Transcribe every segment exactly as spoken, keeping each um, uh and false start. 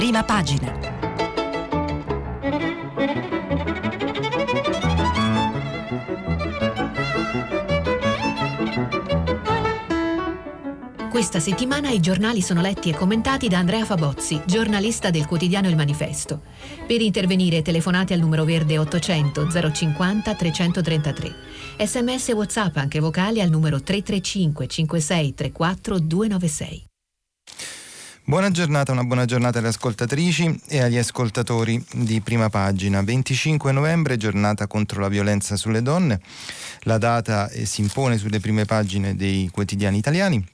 Prima pagina. Questa settimana i giornali sono letti e commentati da Andrea Fabozzi, giornalista del quotidiano Il Manifesto. Per intervenire telefonate al numero verde ottocento zero cinquanta trecentotrentatré. Sms e WhatsApp anche vocali al numero tre tre cinque cinque sei tre quattro due nove sei. Buona giornata, una buona giornata alle ascoltatrici e agli ascoltatori di Prima Pagina. venticinque novembre, giornata contro la violenza sulle donne. La data eh, si impone sulle prime pagine dei quotidiani italiani.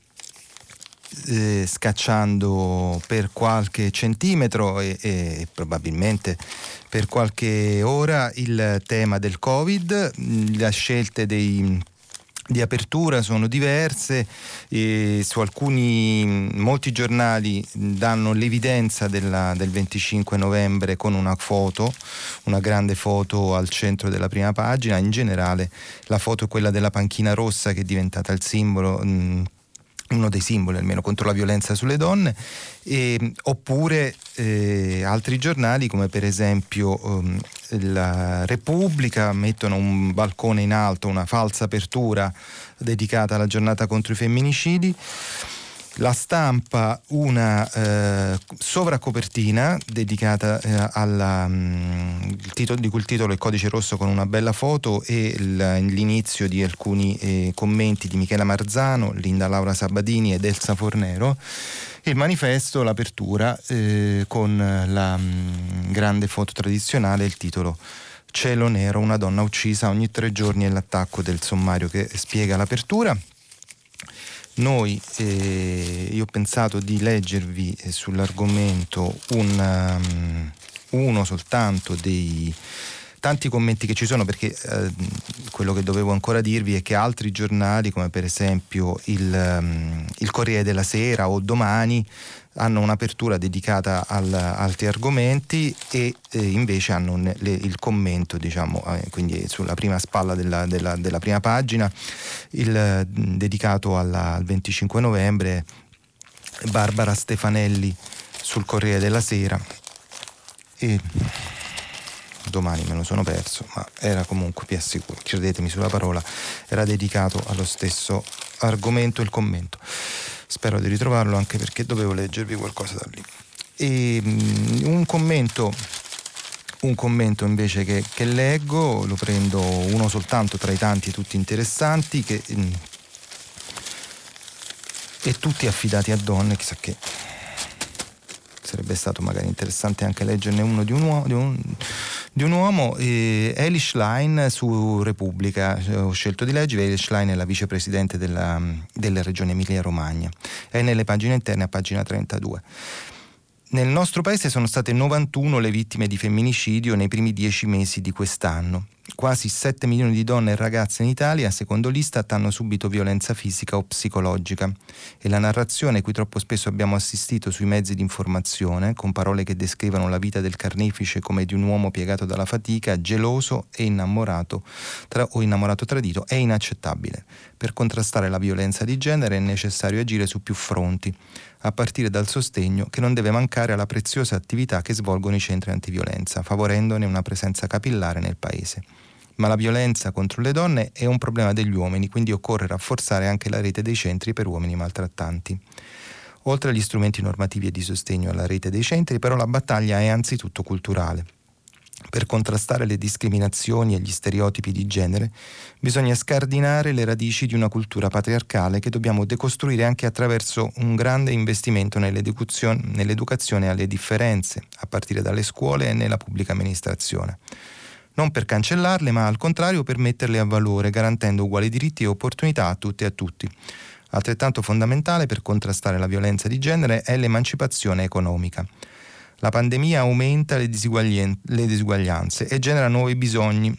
Eh, scacciando per qualche centimetro e, e probabilmente per qualche ora il tema del Covid. Le scelte dei, di apertura sono diverse e su alcuni, molti giornali danno l'evidenza della, del venticinque novembre con una foto, una grande foto al centro della prima pagina. In generale la foto è quella della panchina rossa, che è diventata il simbolo, mh, uno dei simboli almeno contro la violenza sulle donne, e, oppure eh, altri giornali come per esempio um, la Repubblica mettono un balcone in alto, una falsa apertura dedicata alla giornata contro i femminicidi. La Stampa una eh, sovracopertina dedicata eh, alla, um, il titolo, di cui il titolo è Codice Rosso, con una bella foto e il, l'inizio di alcuni eh, commenti di Michela Marzano, Linda Laura Sabadini ed Elsa Fornero. Il Manifesto, l'apertura eh, con la um, grande foto tradizionale, il titolo Cielo nero, una donna uccisa ogni tre giorni, è l'attacco del sommario che spiega l'apertura. Noi, eh, io ho pensato di leggervi eh, sull'argomento un, um, uno soltanto dei tanti commenti che ci sono, perché eh, quello che dovevo ancora dirvi è che altri giornali, come per esempio il, um, il Corriere della Sera o Domani, hanno un'apertura dedicata al, altri argomenti e eh, invece hanno un, le, il commento, diciamo, eh, quindi sulla prima spalla della, della, della prima pagina, il eh, dedicato alla, al venticinque novembre, Barbara Stefanelli sul Corriere della Sera. E Domani me lo sono perso, ma era comunque, vi assicuro, credetemi sulla parola, era dedicato allo stesso argomento il commento. Spero di ritrovarlo, anche perché dovevo leggervi qualcosa da lì. E um, un commento un commento invece che, che leggo, lo prendo uno soltanto tra i tanti tutti interessanti, che um, e tutti affidati a donne. Chissà che sarebbe stato magari interessante anche leggerne uno di un uomo, di un, di un uomo eh, Eli Schlein su Repubblica. Ho scelto di leggere. Eli Schlein è la vicepresidente della, della regione Emilia-Romagna, è nelle pagine interne a pagina trentadue. Nel nostro paese sono state novantuno le vittime di femminicidio nei primi dieci mesi di quest'anno. Quasi sette milioni di donne e ragazze in Italia, secondo l'Istat, hanno subito violenza fisica o psicologica. E la narrazione cui troppo spesso abbiamo assistito sui mezzi di informazione, con parole che descrivono la vita del carnefice come di un uomo piegato dalla fatica, geloso e innamorato tra, o innamorato tradito, è inaccettabile. Per contrastare la violenza di genere è necessario agire su più fronti, a partire dal sostegno che non deve mancare alla preziosa attività che svolgono i centri antiviolenza, favorendone una presenza capillare nel paese. Ma la violenza contro le donne è un problema degli uomini, quindi occorre rafforzare anche la rete dei centri per uomini maltrattanti. Oltre agli strumenti normativi e di sostegno alla rete dei centri, però la battaglia è anzitutto culturale. Per contrastare le discriminazioni e gli stereotipi di genere bisogna scardinare le radici di una cultura patriarcale che dobbiamo decostruire anche attraverso un grande investimento nell'educazione, nell'educazione alle differenze, a partire dalle scuole e nella pubblica amministrazione. Non per cancellarle, ma al contrario per metterle a valore, garantendo uguali diritti e opportunità a tutte e a tutti. Altrettanto fondamentale per contrastare la violenza di genere è l'emancipazione economica. La pandemia aumenta le disuguaglianze e genera nuovi bisogni,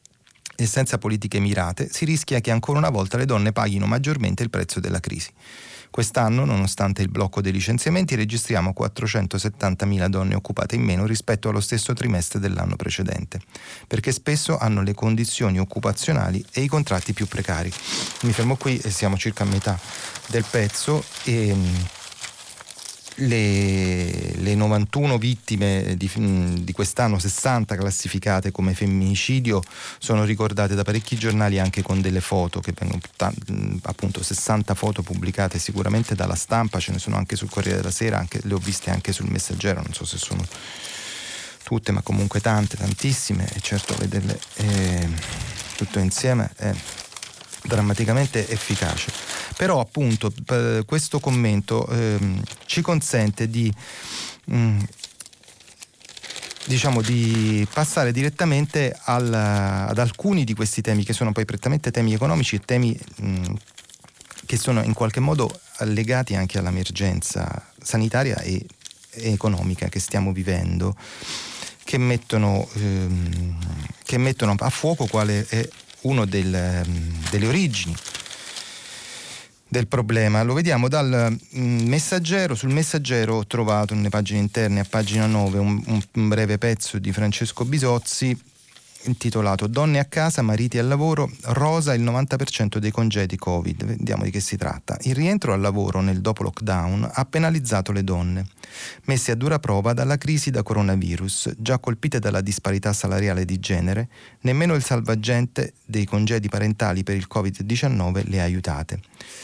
e senza politiche mirate si rischia che ancora una volta le donne paghino maggiormente il prezzo della crisi. Quest'anno, nonostante il blocco dei licenziamenti, registriamo quattrocentosettantamila donne occupate in meno rispetto allo stesso trimestre dell'anno precedente, perché spesso hanno le condizioni occupazionali e i contratti più precari. Mi fermo qui e siamo circa a metà del pezzo. E Le, le le novantuno vittime di, di quest'anno, sessanta classificate come femminicidio, sono ricordate da parecchi giornali anche con delle foto che vengono, appunto sessanta foto pubblicate sicuramente dalla Stampa, ce ne sono anche sul Corriere della Sera, anche, le ho viste anche sul Messaggero, non so se sono tutte, ma comunque tante, tantissime, e certo vederle eh, tutto insieme è drammaticamente efficace. Però appunto questo commento ehm, ci consente di mh, diciamo di passare direttamente al, ad alcuni di questi temi, che sono poi prettamente temi economici e temi mh, che sono in qualche modo legati anche all'emergenza sanitaria e, e economica che stiamo vivendo, che mettono, ehm, che mettono a fuoco quale è uno del, delle origini del problema. Lo vediamo dal Messaggero. Sul Messaggero ho trovato nelle pagine interne, a pagina nove, un, un breve pezzo di Francesco Bisozzi intitolato "Donne a casa, mariti al lavoro, rosa il novanta per cento dei congedi Covid". Vediamo di che si tratta. Il rientro al lavoro nel dopo lockdown ha penalizzato le donne, messe a dura prova dalla crisi da coronavirus, già colpite dalla disparità salariale di genere. Nemmeno il salvagente dei congedi parentali per il covid diciannove le ha aiutate.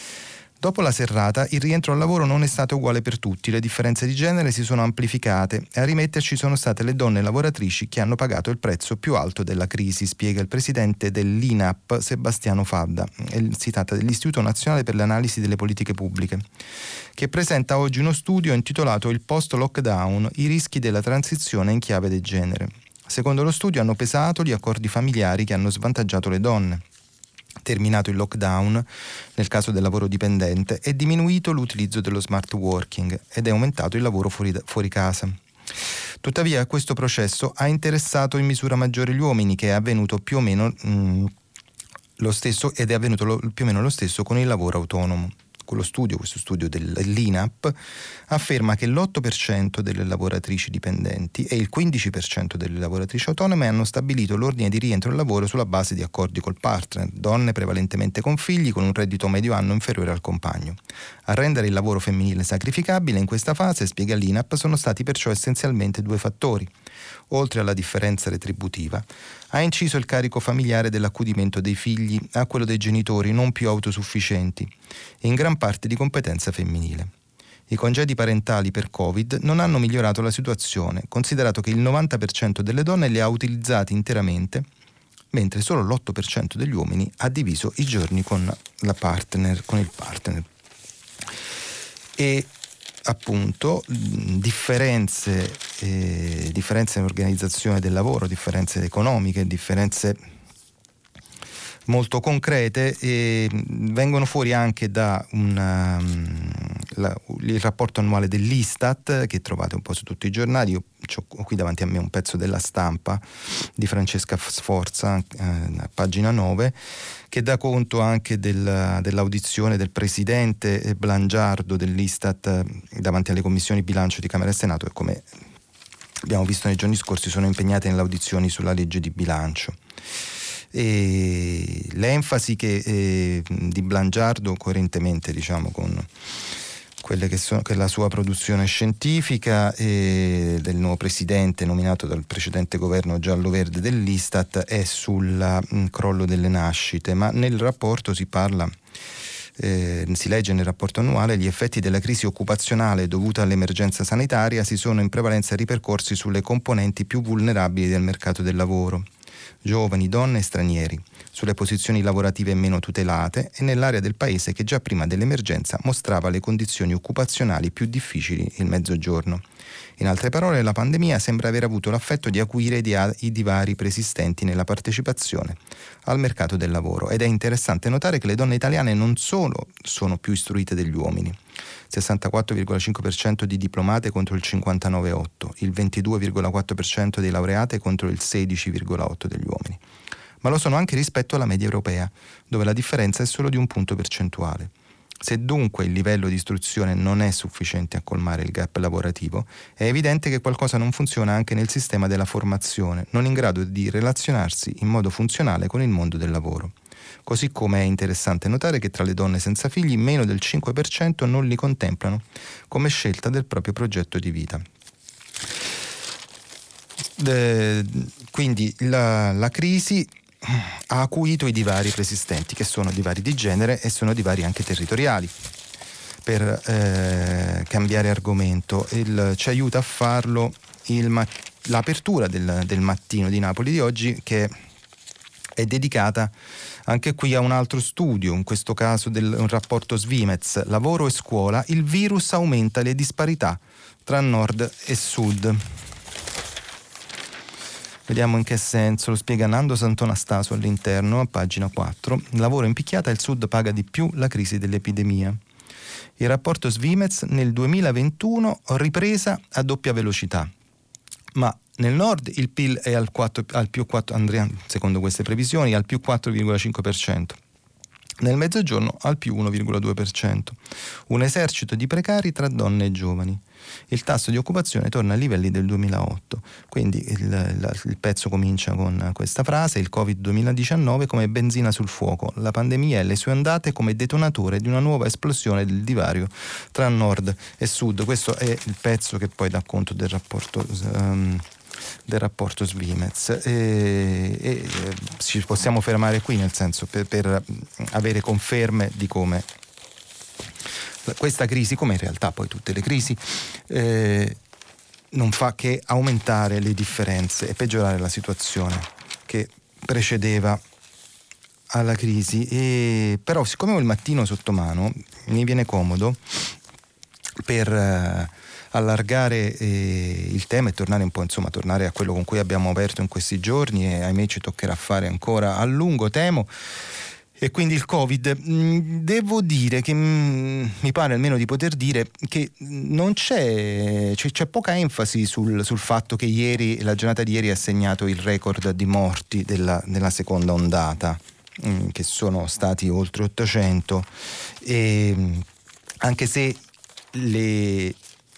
Dopo la serrata, il rientro al lavoro non è stato uguale per tutti, le differenze di genere si sono amplificate e a rimetterci sono state le donne lavoratrici che hanno pagato il prezzo più alto della crisi, spiega il presidente dell'I N A P Sebastiano Fadda. Si tratta dell'Istituto Nazionale per l'Analisi delle Politiche Pubbliche, che presenta oggi uno studio intitolato "Il post-lockdown, i rischi della transizione in chiave di genere". Secondo lo studio hanno pesato gli accordi familiari che hanno svantaggiato le donne. Terminato il lockdown, nel caso del lavoro dipendente, è diminuito l'utilizzo dello smart working ed è aumentato il lavoro fuori, fuori casa. Tuttavia questo processo ha interessato in misura maggiore gli uomini, che è avvenuto più o meno mh, lo stesso ed è avvenuto lo, più o meno lo stesso con il lavoro autonomo. Con lo studio, questo studio dell'I N A P afferma che l'otto per cento delle lavoratrici dipendenti e il quindici per cento delle lavoratrici autonome hanno stabilito l'ordine di rientro al lavoro sulla base di accordi col partner, donne prevalentemente con figli con un reddito medio anno inferiore al compagno. A rendere il lavoro femminile sacrificabile in questa fase, spiega l'I N A P, sono stati perciò essenzialmente due fattori. Oltre alla differenza retributiva, ha inciso il carico familiare dell'accudimento dei figli a quello dei genitori non più autosufficienti, in gran parte di competenza femminile. I congedi parentali per Covid non hanno migliorato la situazione, considerato che il novanta per cento delle donne li ha utilizzati interamente, mentre solo l'otto per cento degli uomini ha diviso i giorni con la partner, con il partner. E appunto differenze, eh, differenze in organizzazione del lavoro, differenze economiche, differenze molto concrete, e vengono fuori anche da una, la, il rapporto annuale dell'Istat, che trovate un po' su tutti i giornali. Io ho qui davanti a me un pezzo della Stampa di Francesca Sforza, eh, a pagina nove, che dà conto anche del, dell'audizione del presidente Blangiardo dell'Istat davanti alle commissioni bilancio di Camera e Senato, e come abbiamo visto nei giorni scorsi sono impegnate nelle audizioni sulla legge di bilancio. E l'enfasi che eh, di Blangiardo, coerentemente diciamo con quelle che sono che la sua produzione scientifica, e del nuovo presidente nominato dal precedente governo giallo-verde dell'Istat, è sul mh, crollo delle nascite, ma nel rapporto si parla Eh, si legge nel rapporto annuale: gli effetti della crisi occupazionale dovuta all'emergenza sanitaria si sono in prevalenza ripercorsi sulle componenti più vulnerabili del mercato del lavoro, giovani, donne e stranieri, sulle posizioni lavorative meno tutelate e nell'area del paese che già prima dell'emergenza mostrava le condizioni occupazionali più difficili, il Mezzogiorno. In altre parole, la pandemia sembra aver avuto l'effetto di acuire i divari preesistenti nella partecipazione al mercato del lavoro, ed è interessante notare che le donne italiane non solo sono più istruite degli uomini, sessantaquattro virgola cinque per cento di diplomate contro il cinquantanove virgola otto per cento, il ventidue virgola quattro per cento dei laureate contro il sedici virgola otto per cento degli uomini, ma lo sono anche rispetto alla media europea, dove la differenza è solo di un punto percentuale. Se dunque il livello di istruzione non è sufficiente a colmare il gap lavorativo, è evidente che qualcosa non funziona anche nel sistema della formazione, non in grado di relazionarsi in modo funzionale con il mondo del lavoro. Così come è interessante notare che tra le donne senza figli meno del cinque per cento non li contemplano come scelta del proprio progetto di vita. Eh, quindi la, la crisi ha acuito i divari preesistenti, che sono divari di genere e sono divari anche territoriali. Per eh, cambiare argomento, il, ci aiuta a farlo il, l'apertura del, del mattino di Napoli di oggi, che è dedicata anche qui a un altro studio, in questo caso del, un rapporto Svimez, lavoro e scuola, il virus aumenta le disparità tra nord e sud. Vediamo in che senso, lo spiega Nando Santonastaso all'interno, a pagina quattro. Lavoro in picchiata, il sud paga di più la crisi dell'epidemia. Il rapporto Svimez nel duemilaventuno ripresa a doppia velocità, ma nel nord il P I L è al, quattro, al più quattro, Andrea, secondo queste previsioni, al più quattro virgola cinque per cento. Nel mezzogiorno al più uno virgola due per cento. Un esercito di precari tra donne e giovani. Il tasso di occupazione torna ai livelli del duemilaotto. Quindi il, il, il pezzo comincia con questa frase: il Covid duemiladiciannove come benzina sul fuoco, la pandemia e le sue ondate come detonatore di una nuova esplosione del divario tra nord e sud. Questo è il pezzo che poi dà conto del rapporto um, del rapporto Svimez, e, e ci possiamo fermare qui, nel senso, per, per avere conferme di come questa crisi, come in realtà poi tutte le crisi, eh, non fa che aumentare le differenze e peggiorare la situazione che precedeva alla crisi. E però, siccome ho il mattino sotto mano, mi viene comodo per eh, allargare eh, il tema e tornare un po', insomma, tornare a quello con cui abbiamo aperto in questi giorni, e ahimè ci toccherà fare ancora a lungo, temo. E quindi il Covid, devo dire che mi pare almeno di poter dire che non c'è, c'è, c'è poca enfasi sul, sul fatto che ieri, la giornata di ieri ha segnato il record di morti della, della seconda ondata, che sono stati oltre ottocento, e anche se le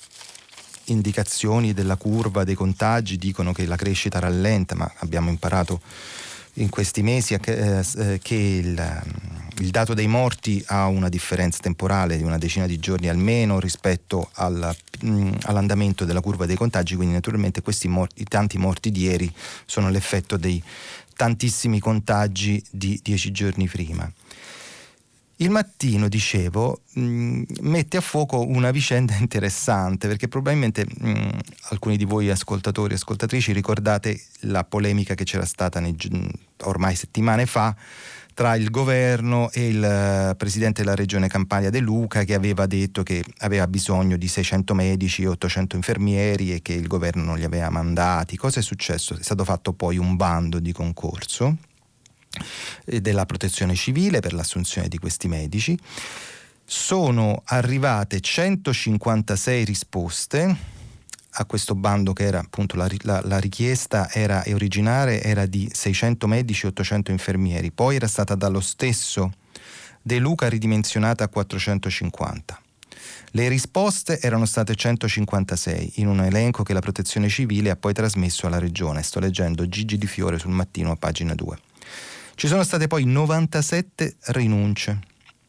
indicazioni della curva dei contagi dicono che la crescita rallenta, ma abbiamo imparato in questi mesi che, eh, che il, il dato dei morti ha una differenza temporale di una decina di giorni almeno rispetto alla, mh, all'andamento della curva dei contagi, quindi naturalmente questi morti, i tanti morti di ieri sono l'effetto dei tantissimi contagi di dieci giorni prima. Il mattino, dicevo, mh, mette a fuoco una vicenda interessante, perché probabilmente mh, alcuni di voi ascoltatori e ascoltatrici ricordate la polemica che c'era stata nei, ormai settimane fa tra il governo e il presidente della regione Campania De Luca, che aveva detto che aveva bisogno di seicento medici e ottocento infermieri e che il governo non li aveva mandati. Cosa è successo? È stato fatto poi un bando di concorso della protezione civile per l'assunzione di questi medici. Sono arrivate centocinquantasei risposte a questo bando, che era appunto la, la, la richiesta era originale era di seicento medici e ottocento infermieri, poi era stata dallo stesso De Luca ridimensionata a quattrocentocinquanta. Le risposte erano state centocinquantasei in un elenco che la protezione civile ha poi trasmesso alla regione. Sto leggendo Gigi Di Fiore sul Mattino a pagina due. Ci sono state poi novantasette rinunce.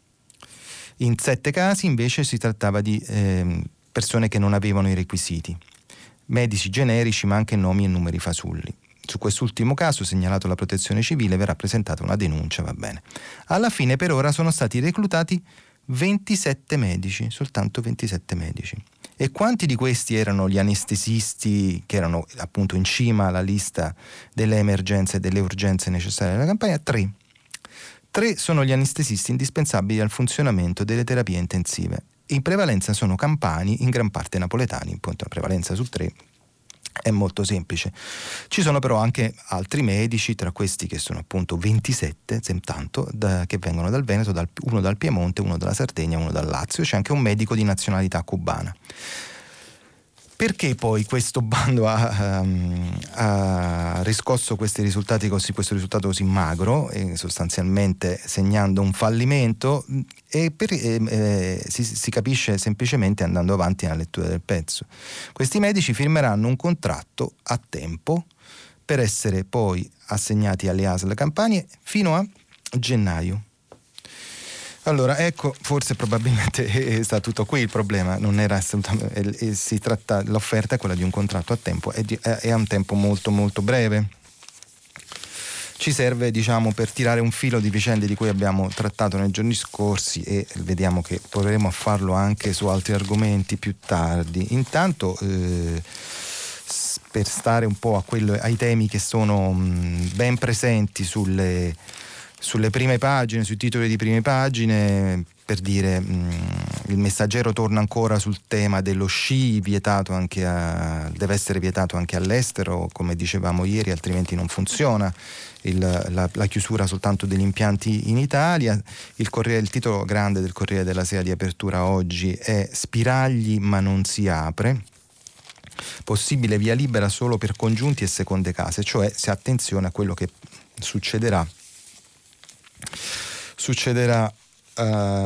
In sette casi invece si trattava di eh, persone che non avevano i requisiti, medici generici ma anche nomi e numeri fasulli. Su quest'ultimo caso, segnalato alla protezione civile, verrà presentata una denuncia, va bene. Alla fine per ora sono stati reclutati ventisette medici, soltanto ventisette medici. E quanti di questi erano gli anestesisti, che erano appunto in cima alla lista delle emergenze e delle urgenze necessarie alla campagna? Tre. Tre sono gli anestesisti indispensabili al funzionamento delle terapie intensive. In prevalenza sono campani, in gran parte napoletani, appunto la prevalenza su tre è molto semplice. Ci sono però anche altri medici, tra questi che sono appunto ventisette, tanto, da, che vengono dal Veneto, dal, uno dal Piemonte, uno dalla Sardegna, uno dal Lazio. C'è anche un medico di nazionalità cubana. Perché poi questo bando ha, um, ha riscosso questi risultati così, questo risultato così magro, e sostanzialmente segnando un fallimento? E per, eh, eh, si, si capisce semplicemente andando avanti nella lettura del pezzo. Questi medici firmeranno un contratto a tempo per essere poi assegnati alle A S L Campanie fino a gennaio. Allora, ecco, forse probabilmente sta tutto qui il problema, non era assolutamente, si tratta, l'offerta è quella di un contratto a tempo e è a un tempo molto molto breve. Ci serve, diciamo, per tirare un filo di vicende di cui abbiamo trattato nei giorni scorsi, e vediamo che proveremo a farlo anche su altri argomenti più tardi. Intanto, eh, per stare un po' a quello, ai temi che sono mh, ben presenti sulle, sulle prime pagine, sui titoli di prime pagine, per dire, mh, il Messaggero torna ancora sul tema dello sci, vietato anche a, deve essere vietato anche all'estero, come dicevamo ieri, altrimenti non funziona. Il, la, la chiusura soltanto degli impianti in Italia. Il, Corriere, il titolo grande del Corriere della Sera di apertura oggi è "Spiragli ma non si apre, possibile via libera solo per congiunti e seconde case", cioè se attenzione a quello che succederà succederà uh,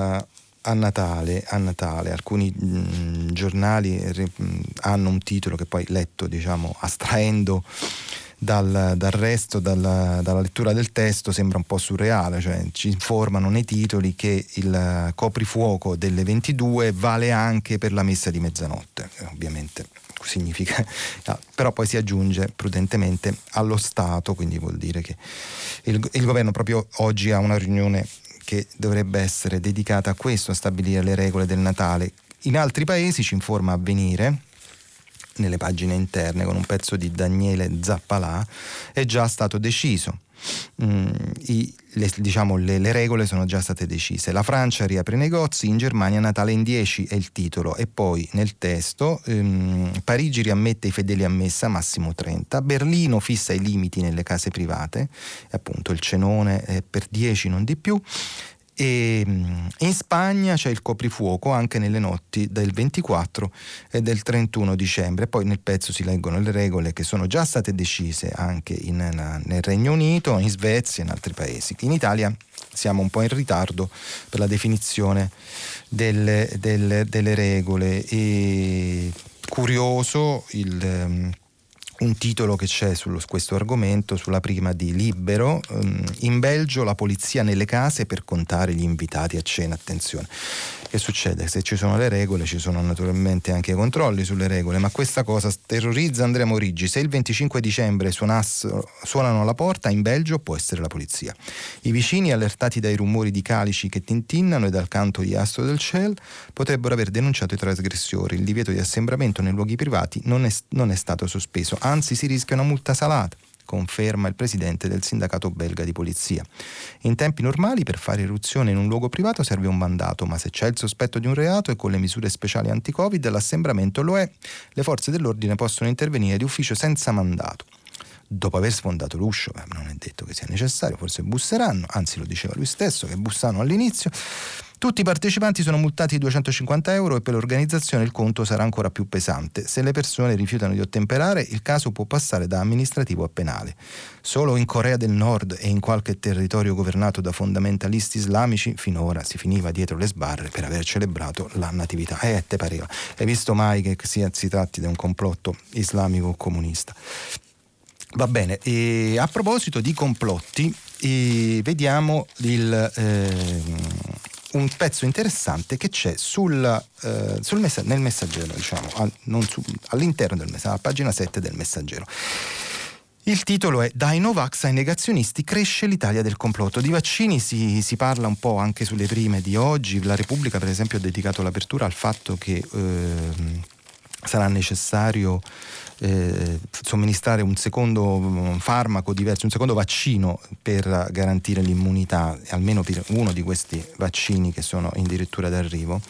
a Natale, a Natale. Alcuni mh, giornali mh, hanno un titolo che poi letto, diciamo, astraendo Dal, dal resto, dalla, dalla lettura del testo, sembra un po' surreale, cioè ci informano nei titoli che il coprifuoco delle ventidue vale anche per la messa di mezzanotte, ovviamente significa, no, però poi si aggiunge prudentemente allo Stato, quindi vuol dire che il, il governo proprio oggi ha una riunione che dovrebbe essere dedicata a questo, a stabilire le regole del Natale. In altri paesi, ci informa Avvenire, nelle pagine interne con un pezzo di Daniele Zappalà, è già stato deciso. Mm, i, le, diciamo le, le regole sono già state decise. La Francia riapre i negozi, in Germania Natale in dieci è il titolo, e poi nel testo ehm, Parigi riammette i fedeli a messa, massimo trenta, Berlino fissa i limiti nelle case private, appunto il cenone è per dieci, non di più. E in Spagna c'è il coprifuoco anche nelle notti del ventiquattro e del trentuno dicembre. Poi nel pezzo si leggono le regole che sono già state decise anche in, nel Regno Unito, in Svezia e in altri paesi. In Italia siamo un po' in ritardo per la definizione delle, delle, delle regole. E curioso il un titolo che c'è su questo argomento, sulla prima di Libero: in Belgio la polizia nelle case per contare gli invitati a cena. Attenzione, che succede? Se ci sono le regole ci sono naturalmente anche i controlli sulle regole, ma questa cosa terrorizza Andrea Morigi. Se il venticinque dicembre suonassero, suonano alla porta, in Belgio può essere la polizia. I vicini, allertati dai rumori di calici che tintinnano e dal canto di Astro del Ciel, potrebbero aver denunciato i trasgressori. Il divieto di assembramento nei luoghi privati non è, non è stato sospeso, anzi si rischia una multa salata, conferma il presidente del sindacato belga di polizia. In tempi normali per fare irruzione in un luogo privato serve un mandato, ma se c'è il sospetto di un reato e con le misure speciali anti-Covid l'assembramento lo è, le forze dell'ordine possono intervenire di ufficio senza mandato. Dopo aver sfondato l'uscio, eh, non è detto che sia necessario, forse busseranno, anzi lo diceva lui stesso che bussano all'inizio. Tutti i partecipanti sono multati di duecentocinquanta euro e per l'organizzazione il conto sarà ancora più pesante. Se le persone rifiutano di ottemperare, il caso può passare da amministrativo a penale. Solo in Corea del Nord e in qualche territorio governato da fondamentalisti islamici finora si finiva dietro le sbarre per aver celebrato la natività. Eh, te pareva. Hai visto mai che si, si tratti di un complotto islamico o comunista? Va bene, e a proposito di complotti, e vediamo il... Eh, un pezzo interessante che c'è sul, eh, sul messa- nel Messaggero, diciamo, al, non su, all'interno del Messaggero, alla pagina sette del Messaggero. Il titolo è "Dai Novax ai negazionisti cresce l'Italia del complotto". Di vaccini si, si parla un po' anche sulle prime di oggi. La Repubblica, per esempio, ha dedicato l'apertura al fatto che eh, sarà necessario Eh, somministrare un secondo farmaco diverso, un secondo vaccino per garantire l'immunità, almeno per uno di questi vaccini che sono addirittura d'arrivo.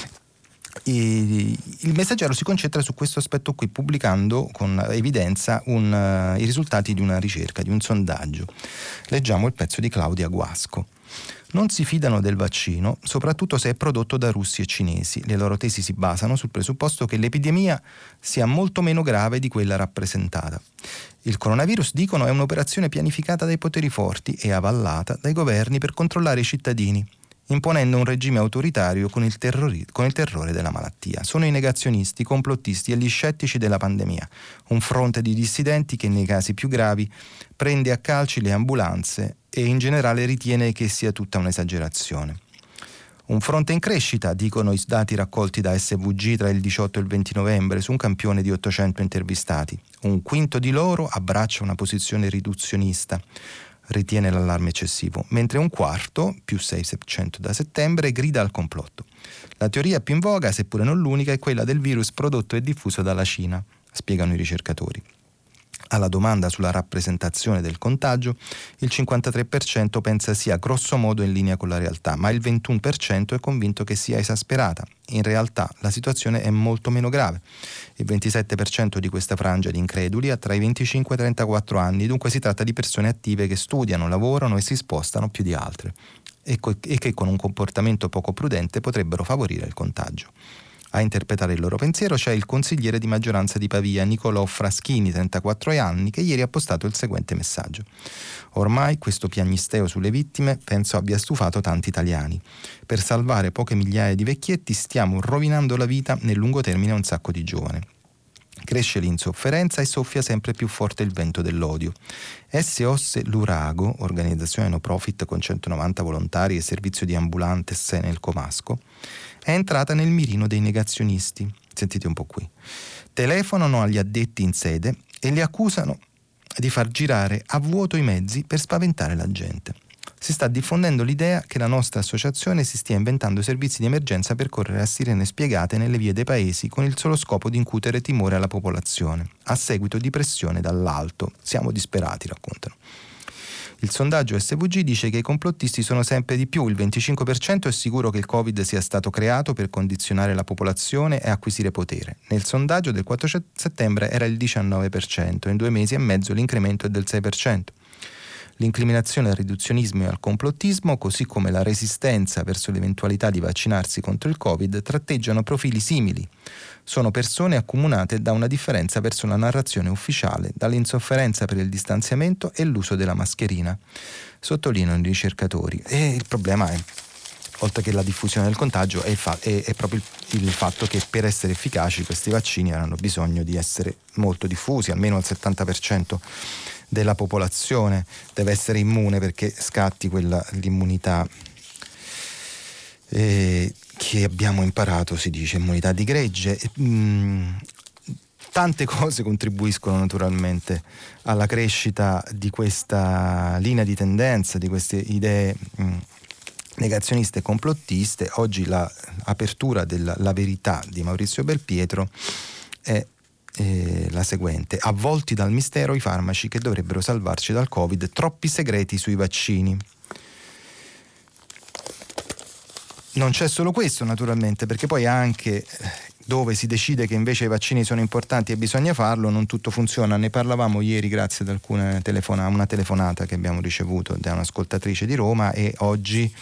E il Messaggero si concentra su questo aspetto qui, pubblicando con evidenza un, uh, i risultati di una ricerca, di un sondaggio. Leggiamo il pezzo di Claudia Guasco. Non si fidano del vaccino, soprattutto se è prodotto da russi e cinesi. Le loro tesi si basano sul presupposto che l'epidemia sia molto meno grave di quella rappresentata. Il coronavirus, dicono, è un'operazione pianificata dai poteri forti e avallata dai governi per controllare i cittadini, imponendo un regime autoritario con il, terrori- con il terrore della malattia. Sono i negazionisti, i complottisti e gli scettici della pandemia, un fronte di dissidenti che nei casi più gravi prende a calci le ambulanze e in generale ritiene che sia tutta un'esagerazione. Un fronte in crescita, dicono i dati raccolti da S V G tra il diciotto e il venti novembre su un campione di ottocento intervistati. Un quinto di loro abbraccia una posizione riduzionista, ritiene l'allarme eccessivo, mentre un quarto, più sei per cento da settembre, grida al complotto. La teoria più in voga, seppure non l'unica, è quella del virus prodotto e diffuso dalla Cina, spiegano i ricercatori. Alla domanda sulla rappresentazione del contagio, il cinquantatré per cento pensa sia grosso modo in linea con la realtà, ma il ventuno per cento è convinto che sia esasperata. In realtà la situazione è molto meno grave. Il ventisette per cento di questa frangia di increduli ha tra i venticinque e i trentaquattro anni, dunque si tratta di persone attive che studiano, lavorano e si spostano più di altre e, co- e che con un comportamento poco prudente potrebbero favorire il contagio. A interpretare il loro pensiero c'è il consigliere di maggioranza di Pavia, Nicolò Fraschini, trentaquattro anni, che ieri ha postato il seguente messaggio. Ormai questo piagnisteo sulle vittime penso abbia stufato tanti italiani. Per salvare poche migliaia di vecchietti stiamo rovinando la vita nel lungo termine a un sacco di giovani. Cresce l'insofferenza e soffia sempre più forte il vento dell'odio. S O S Lurago, organizzazione no profit con centonovanta volontari e servizio di ambulantes nel Comasco, è entrata nel mirino dei negazionisti. Sentite un po' qui. Telefonano agli addetti in sede e li accusano di far girare a vuoto i mezzi per spaventare la gente. Si sta diffondendo l'idea che la nostra associazione si stia inventando servizi di emergenza per correre a sirene spiegate nelle vie dei paesi con il solo scopo di incutere timore alla popolazione, a seguito di pressione dall'alto. Siamo disperati, raccontano. Il sondaggio S V G dice che i complottisti sono sempre di più, il venticinque per cento è sicuro che il Covid sia stato creato per condizionare la popolazione e acquisire potere. Nel sondaggio del quattro settembre era il diciannove per cento, in due mesi e mezzo l'incremento è del sei per cento. L'incriminazione al riduzionismo e al complottismo, così come la resistenza verso l'eventualità di vaccinarsi contro il Covid, tratteggiano profili simili. Sono persone accomunate da una differenza verso la narrazione ufficiale, dall'insofferenza per il distanziamento e l'uso della mascherina, sottolineano i ricercatori. E il problema è, oltre che la diffusione del contagio, è, il fa- è, è proprio il, il fatto che per essere efficaci questi vaccini avranno bisogno di essere molto diffusi, almeno al settanta per cento della popolazione deve essere immune perché scatti quella l'immunità eh, che abbiamo imparato, si dice, immunità di gregge. Mm, tante cose contribuiscono naturalmente alla crescita di questa linea di tendenza, di queste idee mm, negazioniste e complottiste. Oggi l'apertura della La Verità di Maurizio Belpietro è Eh, la seguente: avvolti dal mistero i farmaci che dovrebbero salvarci dal Covid, troppi segreti sui vaccini. Non c'è solo questo naturalmente, perché poi anche dove si decide che invece i vaccini sono importanti e bisogna farlo, non tutto funziona. Ne parlavamo ieri grazie ad alcune telefona- una telefonata che abbiamo ricevuto da un'ascoltatrice di Roma, e oggi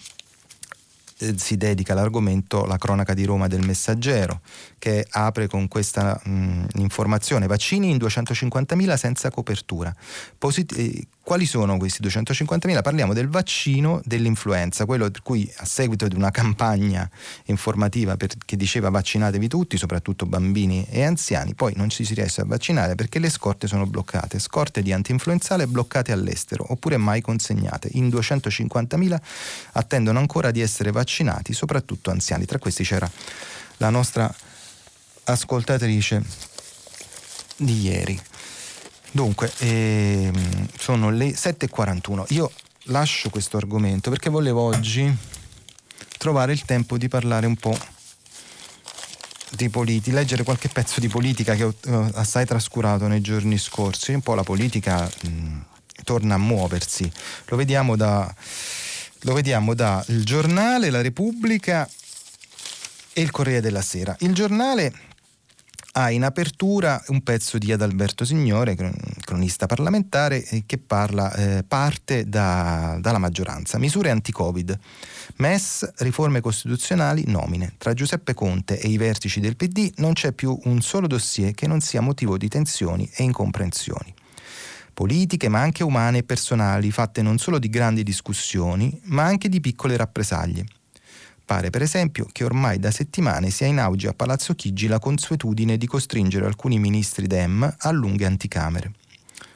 si dedica l'argomento la cronaca di Roma del Messaggero, che apre con questa mh, informazione: vaccini in duecentocinquantamila senza copertura. Posit- eh, quali sono questi duecentocinquantamila? Parliamo del vaccino dell'influenza, quello per cui, a seguito di una campagna informativa per, che diceva vaccinatevi tutti, soprattutto bambini e anziani, poi non ci si riesce a vaccinare perché le scorte sono bloccate, scorte di antinfluenzale bloccate all'estero oppure mai consegnate. In duecentocinquantamila attendono ancora di essere vaccinati, soprattutto anziani. Tra questi c'era la nostra ascoltatrice di ieri. Dunque, ehm, sono le sette e quarantuno. Io lascio questo argomento perché volevo oggi trovare il tempo di parlare un po' di politica, leggere qualche pezzo di politica che ho eh, assai trascurato nei giorni scorsi. Un po' la politica mh, torna a muoversi. Lo vediamo da lo vediamo da Il Giornale, La Repubblica e il Corriere della Sera. Il Giornale ha in apertura un pezzo di Adalberto Signore, cronista parlamentare, che parla, eh, parte da, dalla maggioranza. Misure anti-Covid, M E S, riforme costituzionali, nomine. Tra Giuseppe Conte e i vertici del P D non c'è più un solo dossier che non sia motivo di tensioni e incomprensioni. Politiche, ma anche umane e personali, fatte non solo di grandi discussioni, ma anche di piccole rappresaglie. Pare per esempio che ormai da settimane sia in auge a Palazzo Chigi la consuetudine di costringere alcuni ministri Dem a lunghe anticamere.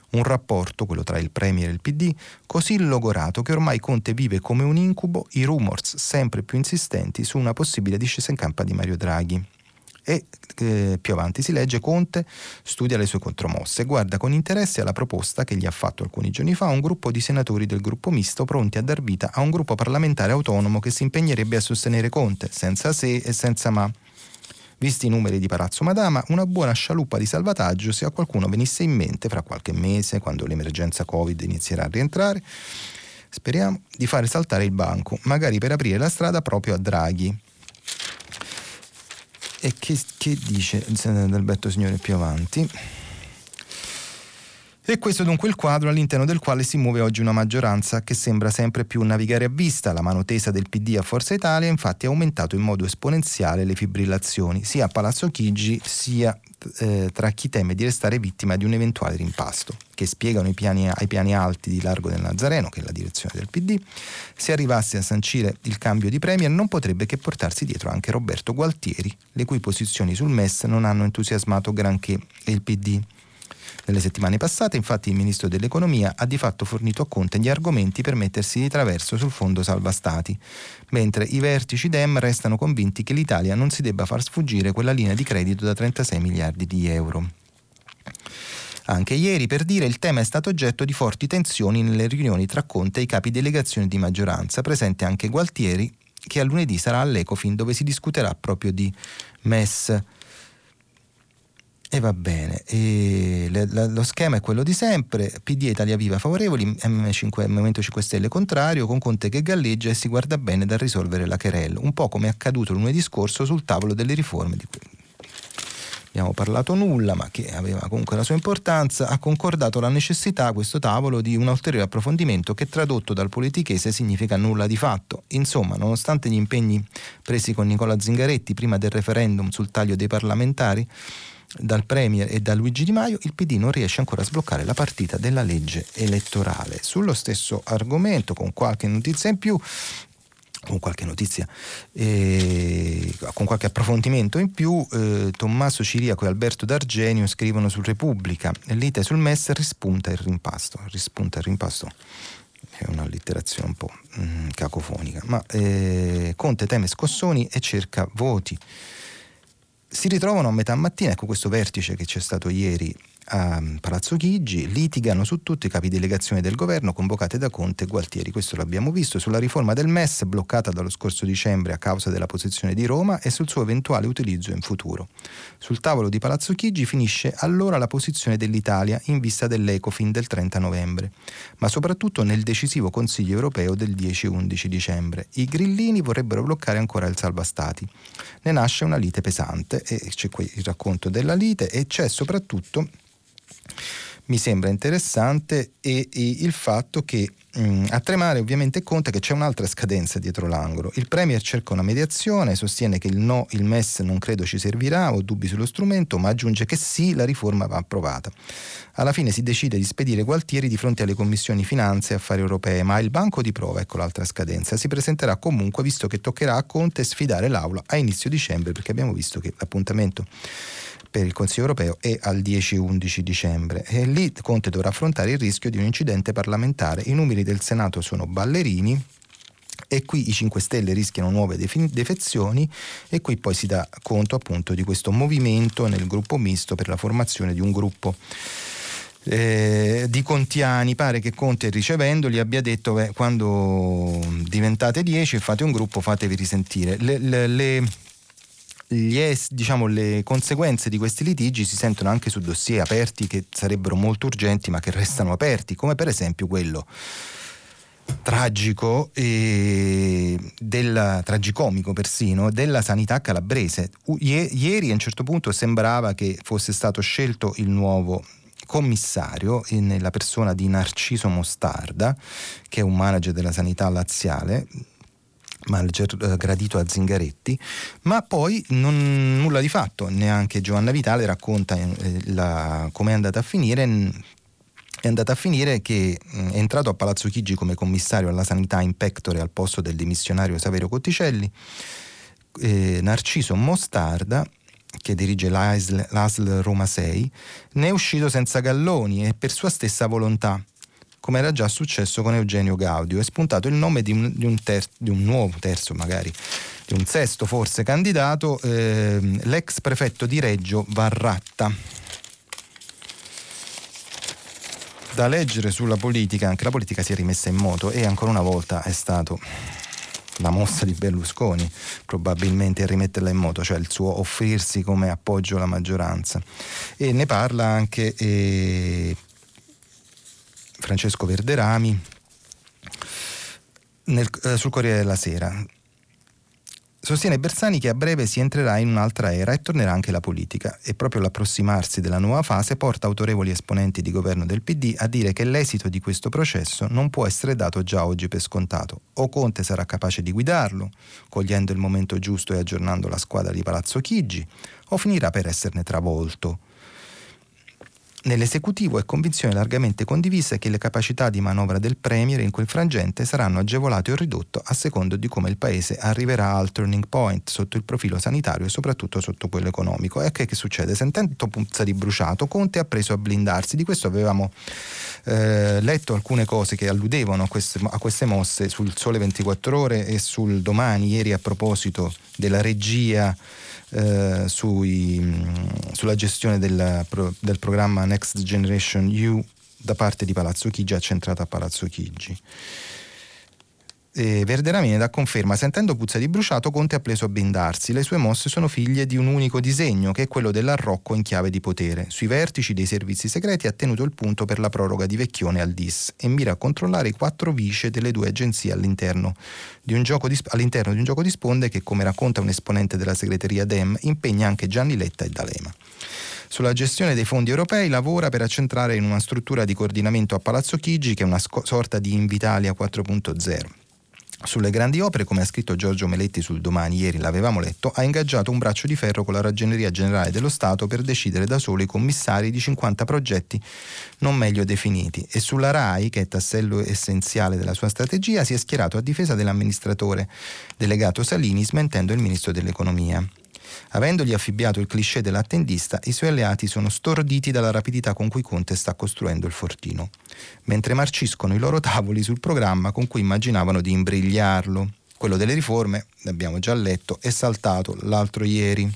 Un rapporto, quello tra il Premier e il P D, così logorato che ormai Conte vive come un incubo i rumors sempre più insistenti su una possibile discesa in campo di Mario Draghi. E eh, più avanti si legge: Conte studia le sue contromosse e guarda con interesse alla proposta che gli ha fatto alcuni giorni fa un gruppo di senatori del gruppo misto pronti a dar vita a un gruppo parlamentare autonomo che si impegnerebbe a sostenere Conte, senza se e senza ma. Visti i numeri di Palazzo Madama, una buona scialuppa di salvataggio se a qualcuno venisse in mente fra qualche mese, quando l'emergenza Covid inizierà a rientrare, speriamo, di fare saltare il banco, magari per aprire la strada proprio a Draghi. E che, che dice del betto signore più avanti? E questo dunque il quadro all'interno del quale si muove oggi una maggioranza che sembra sempre più navigare a vista. La mano tesa del P D a Forza Italia infatti ha aumentato in modo esponenziale le fibrillazioni, sia a Palazzo Chigi sia eh, tra chi teme di restare vittima di un eventuale rimpasto, che spiegano i piani, ai piani alti di Largo del Nazareno, che è la direzione del P D, se arrivasse a sancire il cambio di Premier non potrebbe che portarsi dietro anche Roberto Gualtieri, le cui posizioni sul M E S non hanno entusiasmato granché il P D. Nelle settimane passate, infatti, il ministro dell'Economia ha di fatto fornito a Conte gli argomenti per mettersi di traverso sul fondo salva stati, mentre i vertici Dem restano convinti che l'Italia non si debba far sfuggire quella linea di credito da trentasei miliardi di euro. Anche ieri, per dire, il tema è stato oggetto di forti tensioni nelle riunioni tra Conte e i capi delegazioni di maggioranza, presente anche Gualtieri, che a lunedì sarà all'Ecofin, dove si discuterà proprio di M E S. E va bene, e le, la, lo schema è quello di sempre: P D e Italia Viva favorevoli, M cinque, Movimento cinque Stelle contrario, con Conte che galleggia e si guarda bene da risolvere la querella, un po' come è accaduto lunedì scorso sul tavolo delle riforme di cui abbiamo parlato nulla, ma che aveva comunque la sua importanza. Ha concordato la necessità, questo tavolo, di un ulteriore approfondimento che tradotto dal politichese significa nulla di fatto. Insomma, nonostante gli impegni presi con Nicola Zingaretti prima del referendum sul taglio dei parlamentari dal Premier e da Luigi Di Maio, il P D non riesce ancora a sbloccare la partita della legge elettorale. Sullo stesso argomento, con qualche notizia in più, con qualche notizia eh, con qualche approfondimento in più, eh, Tommaso Ciriaco e Alberto D'Argenio scrivono sul Repubblica: l'ite sul M E S rispunta il rimpasto. Rispunta il rimpasto è un'allitterazione un po' mh, cacofonica, ma eh, Conte teme scossoni e cerca voti. Si ritrovano a metà mattina, ecco questo vertice che c'è stato ieri a Palazzo Chigi, litigano su tutto i capi delegazione del governo convocate da Conte e Gualtieri. Questo l'abbiamo visto: sulla riforma del M E S bloccata dallo scorso dicembre a causa della posizione di Roma e sul suo eventuale utilizzo in futuro. Sul tavolo di Palazzo Chigi finisce allora la posizione dell'Italia in vista dell'Ecofin del trenta novembre, ma soprattutto nel decisivo Consiglio europeo del dieci undici dicembre. I grillini vorrebbero bloccare ancora il salva stati. Ne nasce una lite pesante, e c'è qui il racconto della lite, e c'è soprattutto, mi sembra interessante, e, e il fatto che mh, a tremare ovviamente Conte, che c'è un'altra scadenza dietro l'angolo. Il Premier cerca una mediazione, sostiene che il no, il M E S non credo ci servirà, ho dubbi sullo strumento, ma aggiunge che sì, la riforma va approvata. Alla fine si decide di spedire Gualtieri di fronte alle commissioni finanze e affari europee, ma il banco di prova, ecco l'altra scadenza, si presenterà comunque, visto che toccherà a Conte sfidare l'Aula a inizio dicembre, perché abbiamo visto che l'appuntamento per il Consiglio europeo è al dieci undici dicembre, e lì Conte dovrà affrontare il rischio di un incidente parlamentare. I numeri del Senato sono ballerini e qui i cinque Stelle rischiano nuove defin- defezioni, e qui poi si dà conto appunto di questo movimento nel gruppo misto per la formazione di un gruppo Eh, di contiani. Pare che Conte, ricevendoli, abbia detto: beh, quando diventate dieci e fate un gruppo, fatevi risentire. Le, le, le, gli es, diciamo, le conseguenze di questi litigi si sentono anche su dossier aperti che sarebbero molto urgenti ma che restano aperti, come per esempio quello tragico e del tragicomico persino della sanità calabrese. I, ieri a un certo punto sembrava che fosse stato scelto il nuovo commissario nella persona di Narciso Mostarda, che è un manager della sanità laziale, manager eh, gradito a Zingaretti, ma poi non, nulla di fatto. Neanche Giovanna Vitale racconta eh, la, come è andata a finire. È andata a finire che mh, è entrato a Palazzo Chigi come commissario alla sanità in pectore al posto del dimissionario Saverio Cotticelli, eh, Narciso Mostarda, che dirige l'A S L, l'A S L Roma sei, ne è uscito senza galloni e per sua stessa volontà, come era già successo con Eugenio Gaudio. È spuntato il nome di un, di un, ter- di un nuovo terzo, magari di un sesto forse candidato, eh, l'ex prefetto di Reggio Varratta. Da leggere sulla politica, anche la politica si è rimessa in moto e ancora una volta è stato la mossa di Berlusconi probabilmente rimetterla in moto, cioè il suo offrirsi come appoggio alla maggioranza. E ne parla anche eh, Francesco Verderami nel, eh, sul Corriere della Sera. Sostiene Bersani che a breve si entrerà in un'altra era e tornerà anche la politica, e proprio l'approssimarsi della nuova fase porta autorevoli esponenti di governo del P D a dire che l'esito di questo processo non può essere dato già oggi per scontato. O Conte sarà capace di guidarlo, cogliendo il momento giusto e aggiornando la squadra di Palazzo Chigi, o finirà per esserne travolto. Nell'esecutivo è convinzione largamente condivisa che le capacità di manovra del Premier in quel frangente saranno agevolate o ridotte a secondo di come il Paese arriverà al turning point sotto il profilo sanitario e soprattutto sotto quello economico. E che, che succede? Sentendo puzza di bruciato, Conte ha preso a blindarsi. Di questo avevamo eh, letto alcune cose che alludevano a queste, a queste mosse sul Sole ventiquattro Ore e sul Domani, ieri, a proposito della regia Eh, sui, sulla gestione del, del programma Next Generation E U da parte di Palazzo Chigi, accentrata a Palazzo Chigi. E Verderami ne dà conferma: sentendo puzza di bruciato, Conte ha preso a blindarsi. Le sue mosse sono figlie di un unico disegno, che è quello dell'arrocco in chiave di potere. Sui vertici dei servizi segreti ha tenuto il punto per la proroga di Vecchione al D I S e mira a controllare i quattro vice delle due agenzie all'interno di un gioco di, all'interno di un gioco di sponde che, come racconta un esponente della segreteria Dem, impegna anche Gianni Letta e D'Alema. Sulla gestione dei fondi europei lavora per accentrare in una struttura di coordinamento a Palazzo Chigi, che è una sco- sorta di Invitalia quattro punto zero. Sulle grandi opere, come ha scritto Giorgio Meletti sul Domani, ieri l'avevamo letto, ha ingaggiato un braccio di ferro con la Ragioneria Generale dello Stato per decidere da solo i commissari di cinquanta progetti non meglio definiti, e sulla RAI, che è tassello essenziale della sua strategia, si è schierato a difesa dell'amministratore delegato Salini, smentendo il ministro dell'economia. Avendogli affibbiato il cliché dell'attendista, i suoi alleati sono storditi dalla rapidità con cui Conte sta costruendo il fortino, mentre marciscono i loro tavoli sul programma con cui immaginavano di imbrigliarlo. Quello delle riforme, ne abbiamo già letto, è saltato l'altro ieri.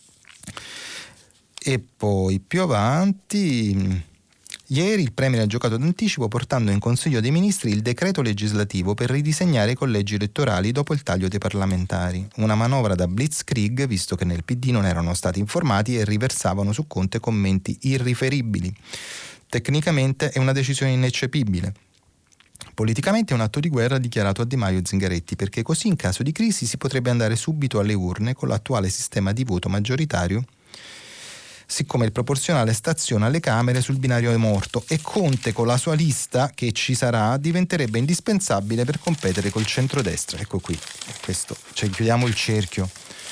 E poi più avanti, ieri il Premier ha giocato d'anticipo portando in Consiglio dei Ministri il decreto legislativo per ridisegnare i collegi elettorali dopo il taglio dei parlamentari. Una manovra da blitzkrieg, visto che nel P D non erano stati informati e riversavano su Conte commenti irriferibili. Tecnicamente è una decisione ineccepibile. Politicamente è un atto di guerra dichiarato a Di Maio e Zingaretti, perché così in caso di crisi si potrebbe andare subito alle urne con l'attuale sistema di voto maggioritario, siccome il proporzionale staziona le Camere sul binario morto, e Conte con la sua lista che ci sarà diventerebbe indispensabile per competere col centrodestra. Ecco qui, questo, cioè chiudiamo il cerchio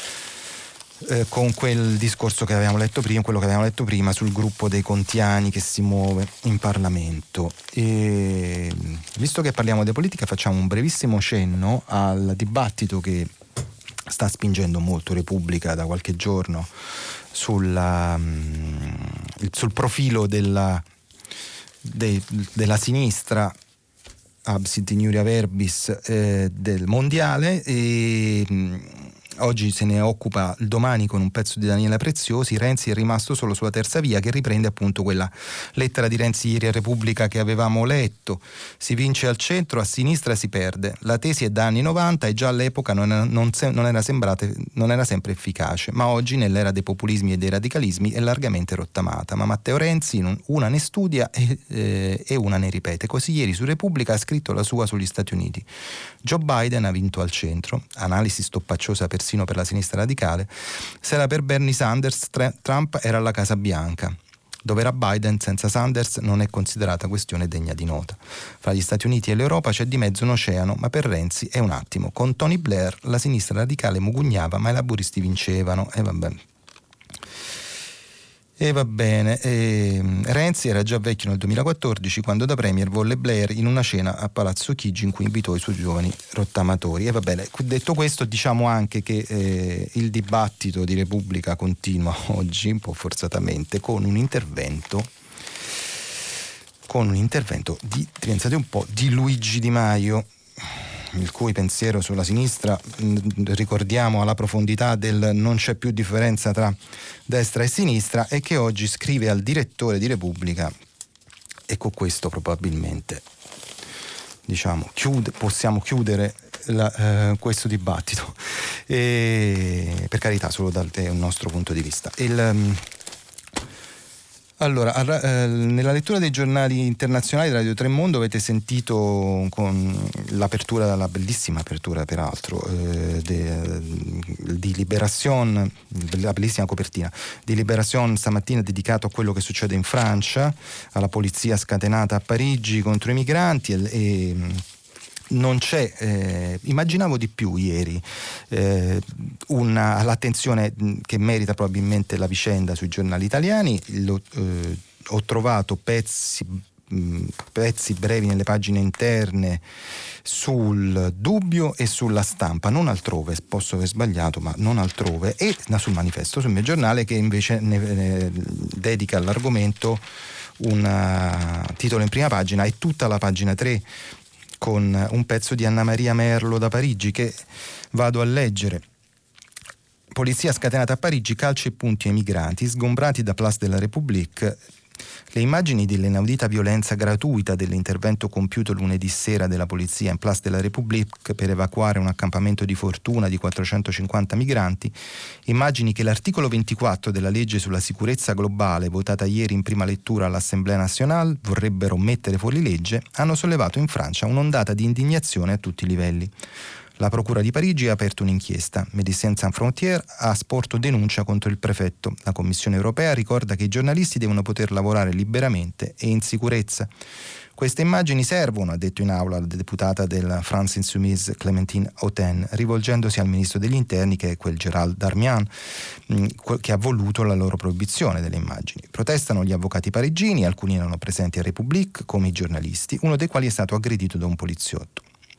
eh, con quel discorso che avevamo letto prima, quello che avevamo letto prima sul gruppo dei contiani che si muove in Parlamento. E visto che parliamo di politica, facciamo un brevissimo cenno al dibattito che sta spingendo molto Repubblica da qualche giorno sulla, sul profilo della, de, della sinistra absit in iuria verbis eh, del mondiale, e mh, oggi se ne occupa il Domani con un pezzo di Daniela Preziosi. Renzi è rimasto solo sulla terza via, che riprende appunto quella lettera di Renzi ieri a Repubblica che avevamo letto. Si vince al centro, a sinistra si perde. La tesi è da anni novanta e già all'epoca non era, non se, non era, sembrata, non era sempre efficace, ma oggi nell'era dei populismi e dei radicalismi è largamente rottamata. Ma Matteo Renzi non, una ne studia e, eh, e una ne ripete. Così ieri su Repubblica ha scritto la sua sugli Stati Uniti. Joe Biden ha vinto al centro, analisi stoppacciosa persino per la sinistra radicale. Se era per Bernie Sanders, Trump era alla Casa Bianca. Dove era Biden, senza Sanders non è considerata questione degna di nota. Fra gli Stati Uniti e l'Europa c'è di mezzo un oceano, ma per Renzi è un attimo. Con Tony Blair la sinistra radicale mugugnava, ma i laburisti vincevano. E vabbè. E va bene, e Renzi era già vecchio nel duemilaquattordici quando da premier volle Blair in una cena a Palazzo Chigi in cui invitò i suoi giovani rottamatori. E va bene, detto questo, diciamo anche che eh, il dibattito di Repubblica continua oggi, un po' forzatamente, con un intervento con un intervento di, pensate un po', di Luigi Di Maio, il cui pensiero sulla sinistra, ricordiamo, alla profondità del non c'è più differenza tra destra e sinistra, e che oggi scrive al direttore di Repubblica, e con questo probabilmente diciamo chiude, possiamo chiudere la, eh, questo dibattito, e, per carità, solo dal nostro punto di vista. Il, Allora, eh, nella lettura dei giornali internazionali di Radio Tremondo avete sentito con l'apertura, la bellissima apertura peraltro, eh, de, di Libération, la bellissima copertina di Libération stamattina, dedicato a quello che succede in Francia, alla polizia scatenata a Parigi contro i migranti, e, e non c'è, eh, immaginavo di più ieri, eh, una, l'attenzione che merita probabilmente la vicenda sui giornali italiani. Lo, eh, ho trovato pezzi, mh, pezzi brevi nelle pagine interne sul Dubbio e sulla Stampa, non altrove, posso aver sbagliato, ma non altrove, e sul Manifesto, sul mio giornale, che invece ne, ne dedica all'argomento un titolo in prima pagina e tutta la pagina tre, con un pezzo di Anna Maria Merlo da Parigi, che vado a leggere. Polizia scatenata a Parigi, calci e punti ai migranti, sgombrati da Place de la République. Le immagini dell'inaudita violenza gratuita dell'intervento compiuto lunedì sera della polizia in Place de la République per evacuare un accampamento di fortuna di quattrocentocinquanta migranti, immagini che l'articolo ventiquattro della legge sulla sicurezza globale, votata ieri in prima lettura all'Assemblée nationale, vorrebbero mettere fuori legge, hanno sollevato in Francia un'ondata di indignazione a tutti i livelli. La Procura di Parigi ha aperto un'inchiesta. Médecins Sans Frontières ha sporto denuncia contro il prefetto. La Commissione europea ricorda che i giornalisti devono poter lavorare liberamente e in sicurezza. Queste immagini servono, ha detto in aula la deputata della France Insoumise Clémentine Autain, rivolgendosi al ministro degli interni, che è quel Gérald Darmanin, che ha voluto la loro proibizione delle immagini. Protestano gli avvocati parigini, alcuni erano presenti a République, come i giornalisti, uno dei quali è stato aggredito da un poliziotto.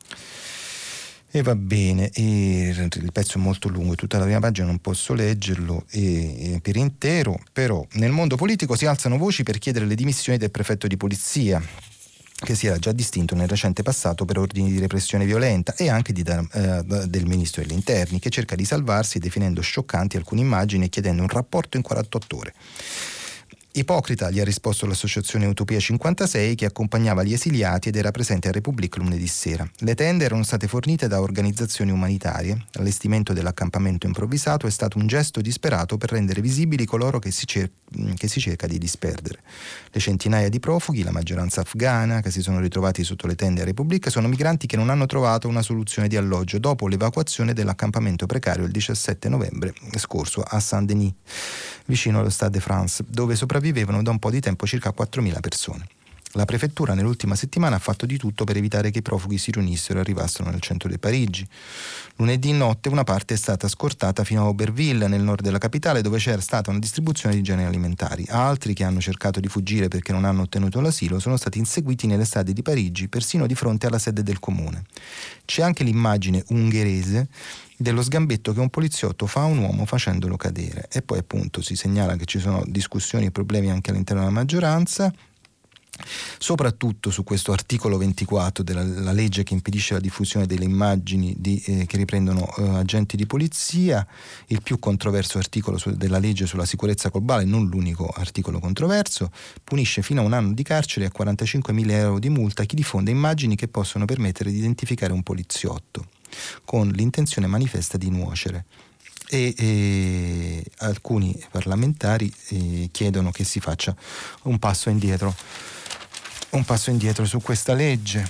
E va bene, e il pezzo è molto lungo, tutta la prima pagina non posso leggerlo e, e per intero, però nel mondo politico si alzano voci per chiedere le dimissioni del prefetto di polizia, che si era già distinto nel recente passato per ordini di repressione violenta, e anche di, eh, del ministro degli interni, che cerca di salvarsi definendo scioccanti alcune immagini e chiedendo un rapporto in quarantotto ore. Ipocrita, gli ha risposto l'associazione Utopia cinquantasei, che accompagnava gli esiliati ed era presente a Repubblica lunedì sera. Le tende erano state fornite da organizzazioni umanitarie. L'allestimento dell'accampamento improvvisato è stato un gesto disperato per rendere visibili coloro che si, cer- che si cerca di disperdere. Le centinaia di profughi, la maggioranza afghana, che si sono ritrovati sotto le tende a Repubblica, sono migranti che non hanno trovato una soluzione di alloggio dopo l'evacuazione dell'accampamento precario il diciassette novembre scorso a Saint-Denis, vicino allo Stade de France, dove sopravvivevano da un po' di tempo circa quattromila persone. La prefettura nell'ultima settimana ha fatto di tutto per evitare che i profughi si riunissero e arrivassero nel centro di Parigi. Lunedì notte una parte è stata scortata fino a Aubervilles, nel nord della capitale, dove c'era stata una distribuzione di generi alimentari. Altri, che hanno cercato di fuggire perché non hanno ottenuto l'asilo, sono stati inseguiti nelle strade di Parigi, persino di fronte alla sede del comune. C'è anche l'immagine ungherese dello sgambetto che un poliziotto fa a un uomo facendolo cadere. E poi appunto si segnala che ci sono discussioni e problemi anche all'interno della maggioranza, soprattutto su questo articolo ventiquattro della la legge che impedisce la diffusione delle immagini di, eh, che riprendono eh, agenti di polizia, il più controverso articolo su, della legge sulla sicurezza globale, non l'unico articolo controverso. Punisce fino a un anno di carcere e a quarantacinquemila euro di multa chi diffonde immagini che possono permettere di identificare un poliziotto con l'intenzione manifesta di nuocere. E, e alcuni parlamentari eh, chiedono che si faccia un passo indietro un passo indietro su questa legge.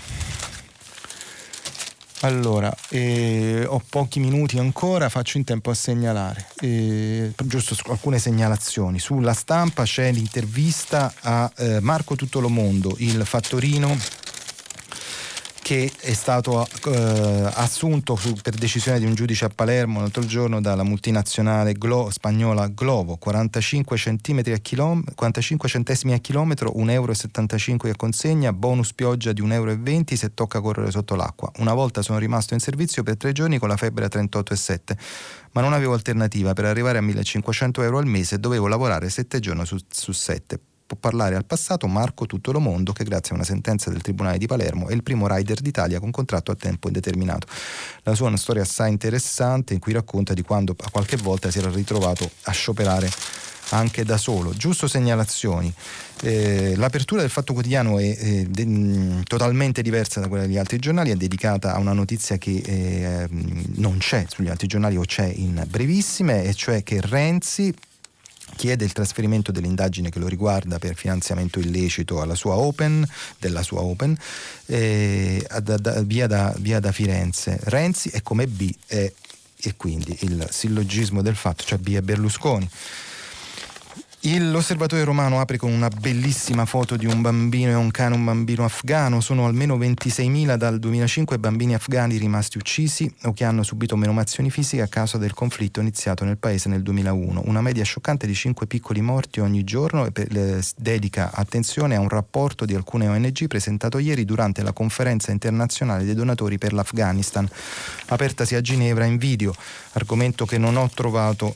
Allora, eh, ho pochi minuti ancora, faccio in tempo a segnalare eh, giusto alcune segnalazioni. Sulla Stampa c'è l'intervista a eh, Marco Tuttolomondo, il fattorino che è stato eh, assunto su, per decisione di un giudice a Palermo l'altro giorno dalla multinazionale Glo, spagnola Glovo, quarantacinque centimetri a chilometro, quarantacinque centesimi a chilometro, un euro e settantacinque a consegna, bonus pioggia di un euro e venti se tocca correre sotto l'acqua. Una volta sono rimasto in servizio per tre giorni con la febbre a trentotto virgola sette, ma non avevo alternativa. Per arrivare a millecinquecento euro al mese dovevo lavorare sette giorni su, su sette. Può parlare al passato Marco Tutto lo Mondo, che grazie a una sentenza del Tribunale di Palermo è il primo rider d'Italia con contratto a tempo indeterminato. La sua è una storia assai interessante in cui racconta di quando a qualche volta si era ritrovato a scioperare anche da solo. Giusto segnalazioni. Eh, l'apertura del Fatto Quotidiano è eh, de- totalmente diversa da quella degli altri giornali, è dedicata a una notizia che eh, non c'è sugli altri giornali o c'è in brevissime, e cioè che Renzi chiede il trasferimento dell'indagine che lo riguarda per finanziamento illecito alla sua Open, della sua Open, eh, da, da, via, da, via da Firenze. Renzi è come B, è, e quindi il sillogismo del fatto, cioè B è Berlusconi. L'Osservatore Romano apre con una bellissima foto di un bambino e un cane, un bambino afghano. Sono almeno ventiseimila dal duemilacinque bambini afghani rimasti uccisi o che hanno subito menomazioni fisiche a causa del conflitto iniziato nel paese nel duemilauno. Una media scioccante di cinque piccoli morti ogni giorno, e per, eh, dedica attenzione a un rapporto di alcune O N G presentato ieri durante la conferenza internazionale dei donatori per l'Afghanistan, apertasi a Ginevra in video, argomento che non ho trovato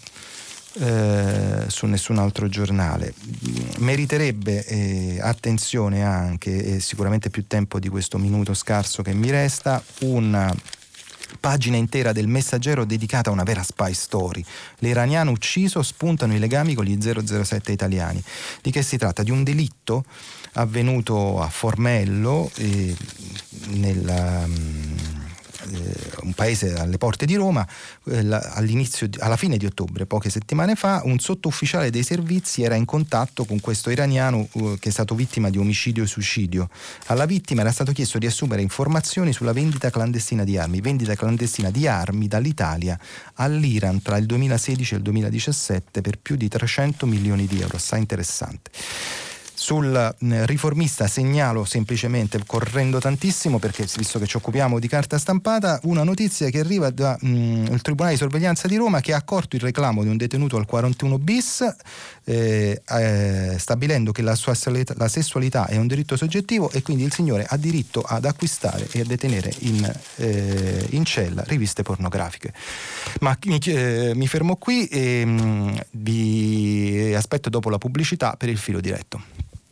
Eh, su nessun altro giornale. Meriterebbe eh, attenzione anche, e sicuramente più tempo di questo minuto scarso che mi resta, una pagina intera del Messaggero dedicata a una vera spy story. L'iraniano ucciso, spuntano i legami con gli zero zero sette italiani. Di che si tratta? Di un delitto avvenuto a Formello, eh, nella un paese alle porte di Roma, all'inizio, alla fine di ottobre, poche settimane fa. Un sottufficiale dei servizi era in contatto con questo iraniano che è stato vittima di omicidio e suicidio. Alla vittima era stato chiesto di assumere informazioni sulla vendita clandestina di armi, vendita clandestina di armi dall'Italia all'Iran tra il duemilasedici e il duemiladiciassette per più di trecento milioni di euro, assai interessante. Sul Riformista segnalo semplicemente, correndo tantissimo perché visto che ci occupiamo di carta stampata, una notizia che arriva dal Tribunale di Sorveglianza di Roma, che ha accolto il reclamo di un detenuto al quarantuno bis, eh, eh, stabilendo che la, sua, la sessualità è un diritto soggettivo e quindi il signore ha diritto ad acquistare e a detenere in, eh, in cella riviste pornografiche. Ma mi, eh, mi fermo qui e mh, vi aspetto dopo la pubblicità per il filo diretto.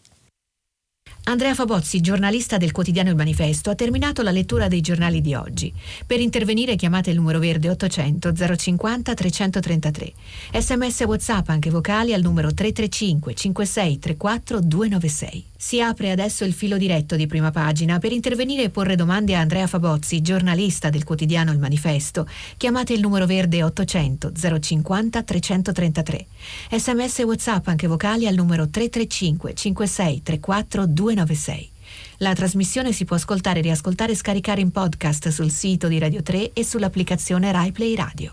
Andrea Fabozzi, giornalista del quotidiano Il Manifesto, ha terminato la lettura dei giornali di oggi. Per intervenire chiamate il numero verde ottocento zero cinquanta trecentotrentatré. Sms WhatsApp anche vocali al numero tre tre cinque cinque sei tre quattro due nove sei. Si apre adesso il filo diretto di Prima Pagina. Per intervenire e porre domande a Andrea Fabozzi, giornalista del quotidiano Il Manifesto, chiamate il numero verde ottocento zero cinquanta trecentotrentatré. Sms WhatsApp anche vocali al numero tre tre cinque cinque sei tre quattro due nove sei. La trasmissione si può ascoltare, riascoltare e scaricare in podcast sul sito di Radio tre e sull'applicazione Rai Play Radio.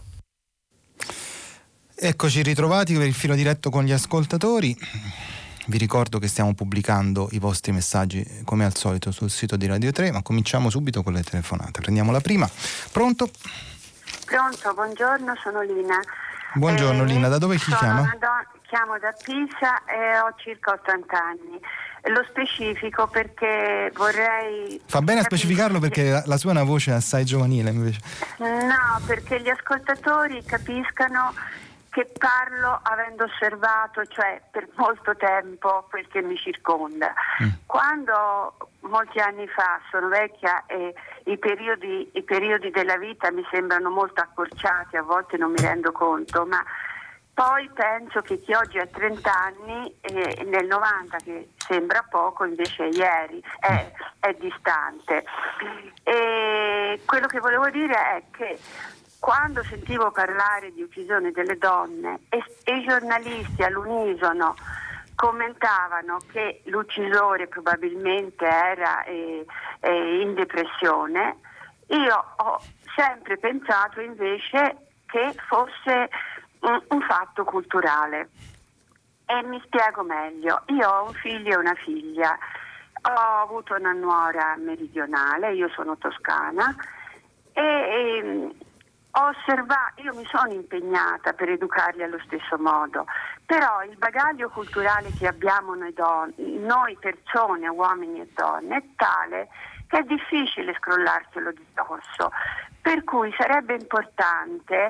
Eccoci ritrovati per il filo diretto con gli ascoltatori. Vi ricordo che stiamo pubblicando i vostri messaggi come al solito sul sito di Radio tre, ma cominciamo subito con le telefonate. Prendiamo la prima. Pronto? Pronto, buongiorno, sono Lina. Buongiorno eh, Lina, da dove chi chiama? Don- chiamo da Pisa e ho circa ottanta anni. Lo specifico perché vorrei... Fa bene a specificarlo perché la, la sua è una voce assai giovanile invece. No, perché gli ascoltatori capiscano che parlo avendo osservato, cioè per molto tempo, quel che mi circonda. Mm. Quando molti anni fa, sono vecchia e i periodi, i periodi della vita mi sembrano molto accorciati, a volte non mi rendo conto, ma poi penso che chi oggi ha trenta anni e nel novanta, che sembra poco, invece ieri è, è distante. E quello che volevo dire è che quando sentivo parlare di uccisione delle donne e, e i giornalisti all'unisono commentavano che l'uccisore probabilmente era eh, eh, in depressione, io ho sempre pensato invece che fosse un, un fatto culturale. E mi spiego meglio. Io ho un figlio e una figlia. ho avuto una nuora meridionale, io sono toscana, e, e ho osservato, io mi sono impegnata per educarli allo stesso modo, però il bagaglio culturale che abbiamo noi, don- noi persone, uomini e donne, è tale che è difficile scrollarselo di dosso, per cui sarebbe importante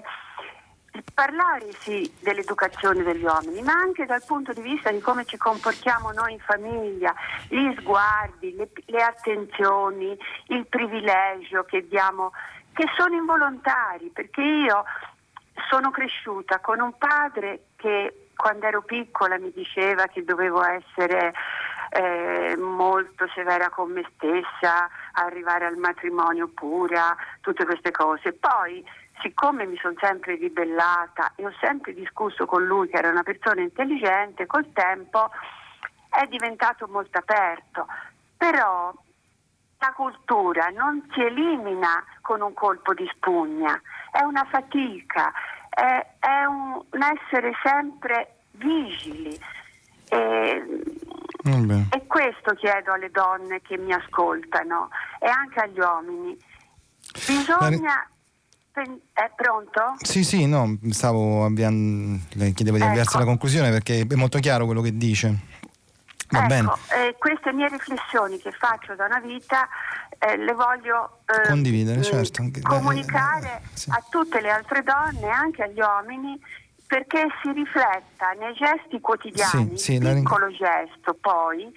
parlare sì dell'educazione degli uomini, ma anche dal punto di vista di come ci comportiamo noi in famiglia, gli sguardi, le, le attenzioni, il privilegio che diamo, che sono involontari, perché io sono cresciuta con un padre che quando ero piccola mi diceva che dovevo essere eh, molto severa con me stessa, arrivare al matrimonio pura, tutte queste cose. Poi, siccome mi sono sempre ribellata e ho sempre discusso con lui, che era una persona intelligente, col tempo è diventato molto aperto. Però la cultura non si elimina con un colpo di spugna, è una fatica, è, è un, un essere sempre vigili. E, mm, e questo chiedo alle donne che mi ascoltano e anche agli uomini. Bisogna... È pronto? Sì, sì, no, stavo avviando, le chiedevo di ecco. avviarsi alla conclusione perché è molto chiaro quello che dice. Va ecco, bene. Eh, queste mie riflessioni che faccio da una vita eh, le voglio eh, condividere, mh, certo. Anche, comunicare eh, sì. a tutte le altre donne, anche agli uomini, perché si rifletta nei gesti quotidiani, sì, sì, il la piccolo ring- gesto poi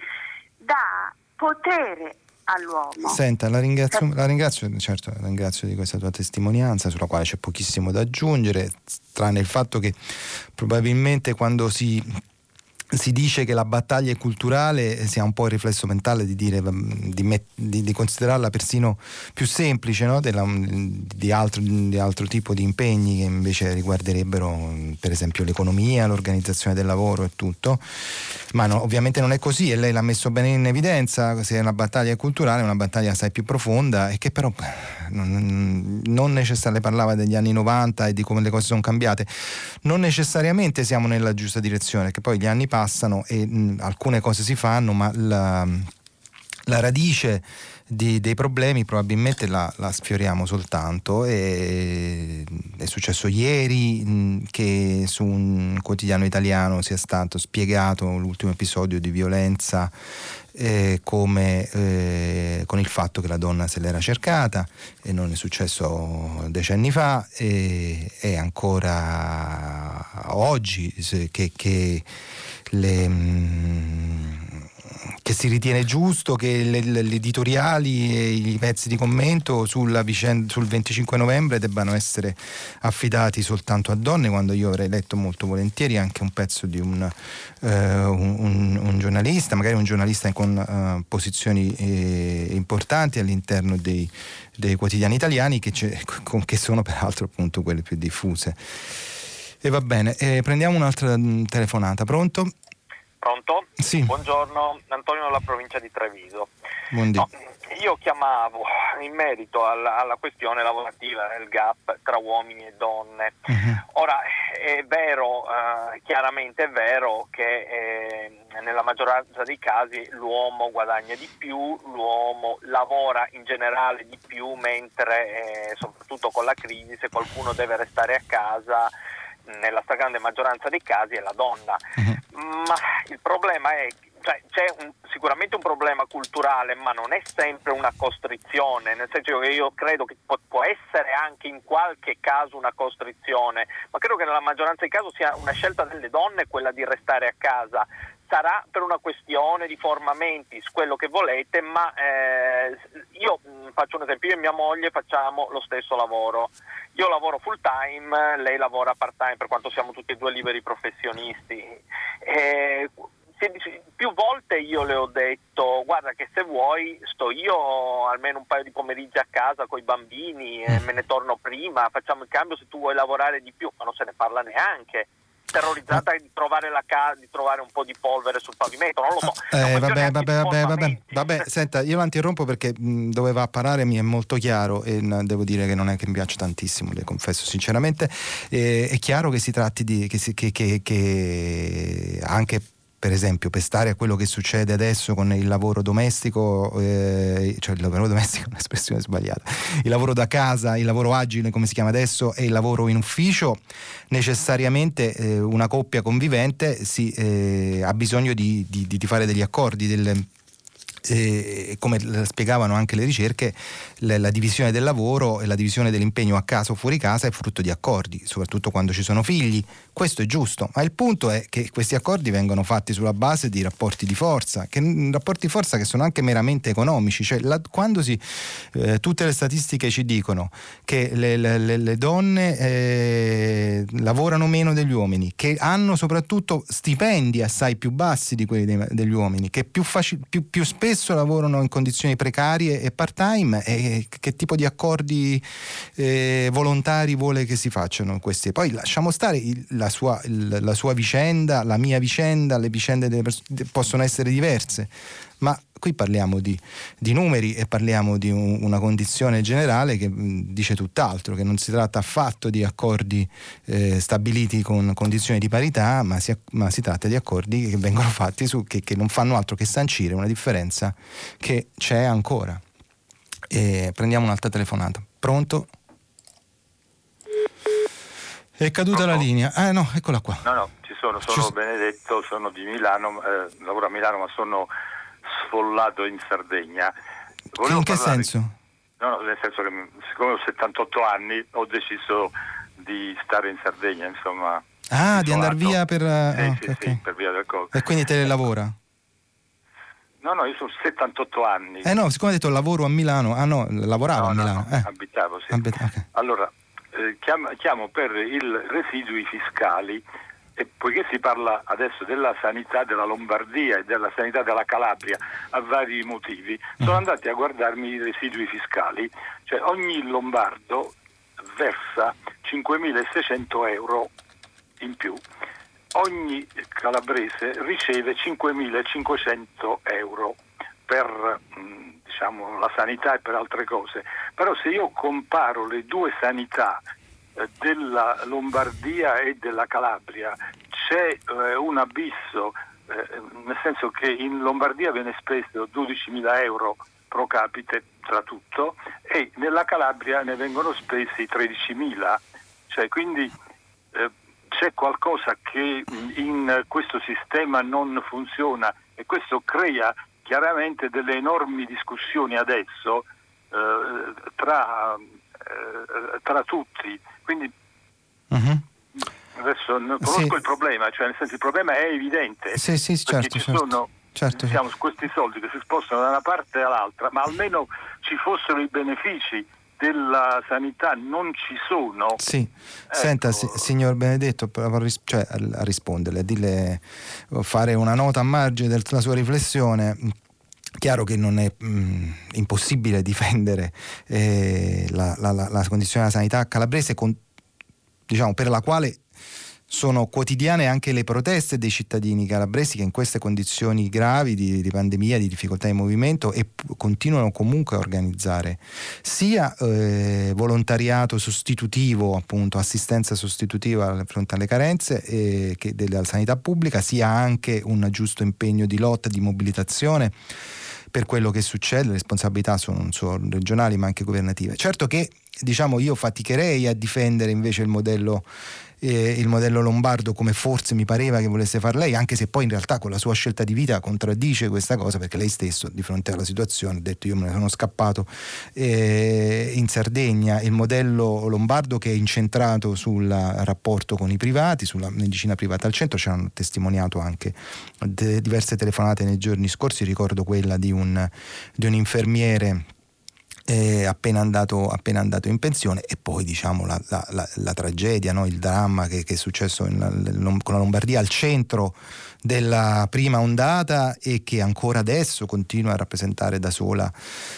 dà potere all'uomo. Senta, la ringrazio, la ringrazio, certo, la ringrazio di questa tua testimonianza sulla quale c'è pochissimo da aggiungere, tranne il fatto che probabilmente quando si si dice che la battaglia è culturale sia un po' il riflesso mentale di dire di, met, di, di considerarla persino più semplice, no? Della, di, altro, di altro tipo di impegni che invece riguarderebbero per esempio l'economia, l'organizzazione del lavoro e tutto, ma no, ovviamente non è così e lei l'ha messo bene in evidenza. Se una battaglia è culturale è una battaglia assai più profonda e che però non, non necessariamente, parlava degli anni novanta e di come le cose sono cambiate, non necessariamente siamo nella giusta direzione, che poi gli anni passano e mh, alcune cose si fanno, ma la, la radice di, dei problemi probabilmente la, la sfioriamo soltanto. E è successo ieri mh, che su un quotidiano italiano sia stato spiegato l'ultimo episodio di violenza eh, come eh, con il fatto che la donna se l'era cercata, e non è successo decenni fa, e è ancora oggi che, che le che si ritiene giusto che le, le, gli editoriali e i pezzi di commento sulla vicenda, sul venticinque novembre debbano essere affidati soltanto a donne, quando io avrei letto molto volentieri anche un pezzo di un, eh, un, un, un giornalista, magari un giornalista con uh, posizioni eh, importanti all'interno dei, dei quotidiani italiani, che, c'è, con, che sono peraltro appunto quelle più diffuse. E va bene, eh, prendiamo un'altra mh, telefonata. Pronto? Pronto? Sì. Buongiorno, Antonio dalla provincia di Treviso. Buondì. No, io chiamavo in merito alla, alla questione lavorativa, del gap tra uomini e donne. Uh-huh. Ora è vero, eh, chiaramente è vero che eh, nella maggioranza dei casi l'uomo guadagna di più, l'uomo lavora in generale di più, mentre eh, soprattutto con la crisi, se qualcuno deve restare a casa, nella stragrande maggioranza dei casi è la donna. Uh-huh. Ma il problema è, cioè, c'è un, sicuramente un problema culturale, ma non è sempre una costrizione, nel senso che io credo che può, può essere anche in qualche caso una costrizione, ma credo che nella maggioranza dei casi sia una scelta delle donne quella di restare a casa. Sarà per una questione di forma mentis, quello che volete, ma eh, io mh, faccio un esempio, io e mia moglie facciamo lo stesso lavoro. Io lavoro full time, lei lavora part time, per quanto siamo tutti e due liberi professionisti. E più volte io le ho detto: guarda che se vuoi sto io almeno un paio di pomeriggi a casa coi bambini e me ne torno prima, facciamo il cambio se tu vuoi lavorare di più, ma non se ne parla neanche. Terrorizzata di trovare la ca- di trovare un po' di polvere sul pavimento, non lo so. Eh, vabbè, vabbè, vabbè, vabbè, vabbè, senta, io la interrompo perché mh, dove va a parare mi è molto chiaro e n- devo dire che non è che mi piace tantissimo, le confesso sinceramente. Eh, è chiaro che si tratti di che, si, che, che, che anche per esempio pestare a quello che succede adesso con il lavoro domestico, eh, cioè il lavoro domestico è un'espressione sbagliata, il lavoro da casa, il lavoro agile come si chiama adesso e il lavoro in ufficio, necessariamente eh, una coppia convivente si, eh, ha bisogno di, di, di fare degli accordi, del, eh, come spiegavano anche le ricerche, la, la divisione del lavoro e la divisione dell'impegno a casa o fuori casa è frutto di accordi, soprattutto quando ci sono figli. Questo è giusto, ma il punto è che questi accordi vengono fatti sulla base di rapporti di forza, che, rapporti di forza che sono anche meramente economici, cioè la, quando si eh, tutte le statistiche ci dicono che le, le, le donne eh, lavorano meno degli uomini, che hanno soprattutto stipendi assai più bassi di quelli dei, degli uomini, che più, faci, più, più spesso lavorano in condizioni precarie e part-time, e che tipo di accordi eh, volontari vuole che si facciano questi? Poi lasciamo stare il, la Sua, il, la sua vicenda, la mia vicenda, le vicende delle persone possono essere diverse, ma qui parliamo di, di numeri e parliamo di un, una condizione generale che mh, dice tutt'altro, che non si tratta affatto di accordi eh, stabiliti con condizioni di parità, ma si, ma si tratta di accordi che vengono fatti su, che, che non fanno altro che sancire una differenza che c'è ancora. E prendiamo un'altra telefonata. Pronto? È caduta la linea. Ah no, eccola qua. No, no, ci sono, sono ci... Benedetto, sono di Milano, eh, lavoro a Milano ma sono sfollato in Sardegna. Volevo in che parlare... senso? No, no, nel senso che siccome ho settantotto anni ho deciso di stare in Sardegna, insomma. Ah, isolato. Di andare via per... Sì, ah, sì, okay, sì, okay. per via del Covid. E quindi te le lavora? No, no, io sono settantotto anni. Eh no, siccome hai detto lavoro a Milano, ah no, lavoravo no, a Milano. No, no, eh. abitavo, sì. Abit- okay. Allora, eh, chiamo, chiamo per i residui fiscali, e poiché si parla adesso della sanità della Lombardia e della sanità della Calabria a vari motivi, sono andati a guardarmi i residui fiscali, cioè ogni lombardo versa cinquemilaseicento euro in più, ogni calabrese riceve cinquemilacinquecento euro per mh, diciamo la sanità e per altre cose. Però se io comparo le due sanità eh, della Lombardia e della Calabria, c'è eh, un abisso, eh, nel senso che in Lombardia viene speso dodicimila euro pro capite tra tutto e nella Calabria ne vengono spesi tredicimila, cioè quindi eh, c'è qualcosa che in questo sistema non funziona e questo crea chiaramente delle enormi discussioni adesso eh, tra, eh, tra tutti. Quindi uh-huh. adesso non conosco sì. il problema, cioè nel senso il problema è evidente, sì, sì, perché certo, ci certo. sono certo, diciamo, certo. questi soldi che si spostano da una parte all'altra, ma almeno ci fossero i benefici della sanità, non ci sono. Sì, ecco. Senta si, signor Benedetto, cioè, a risponderle, a dirle, fare una nota a margine della sua riflessione. Chiaro che non è mh, impossibile difendere eh, la, la, la, la condizione della sanità calabrese, con, diciamo, per la quale sono quotidiane anche le proteste dei cittadini calabresi che in queste condizioni gravi di, di pandemia, di difficoltà di movimento e p- continuano comunque a organizzare sia eh, volontariato sostitutivo, appunto assistenza sostitutiva di fronte alle carenze eh, che della sanità pubblica, sia anche un giusto impegno di lotta, di mobilitazione per quello che succede. Le responsabilità sono non solo regionali ma anche governative. Certo che diciamo io faticherei a difendere invece il modello eh, il modello lombardo, come forse mi pareva che volesse far lei, anche se poi in realtà con la sua scelta di vita contraddice questa cosa, perché lei stesso di fronte alla situazione ha detto io me ne sono scappato eh, in Sardegna. Il modello lombardo che è incentrato sul rapporto con i privati, sulla medicina privata al centro, ci hanno testimoniato anche de- diverse telefonate nei giorni scorsi. Ricordo quella di un, di un infermiere Eh, appena andato appena andato in pensione, e poi diciamo la, la, la, la tragedia, no? Il dramma che, che è successo in, con la Lombardia al centro della prima ondata e che ancora adesso continua a rappresentare da sola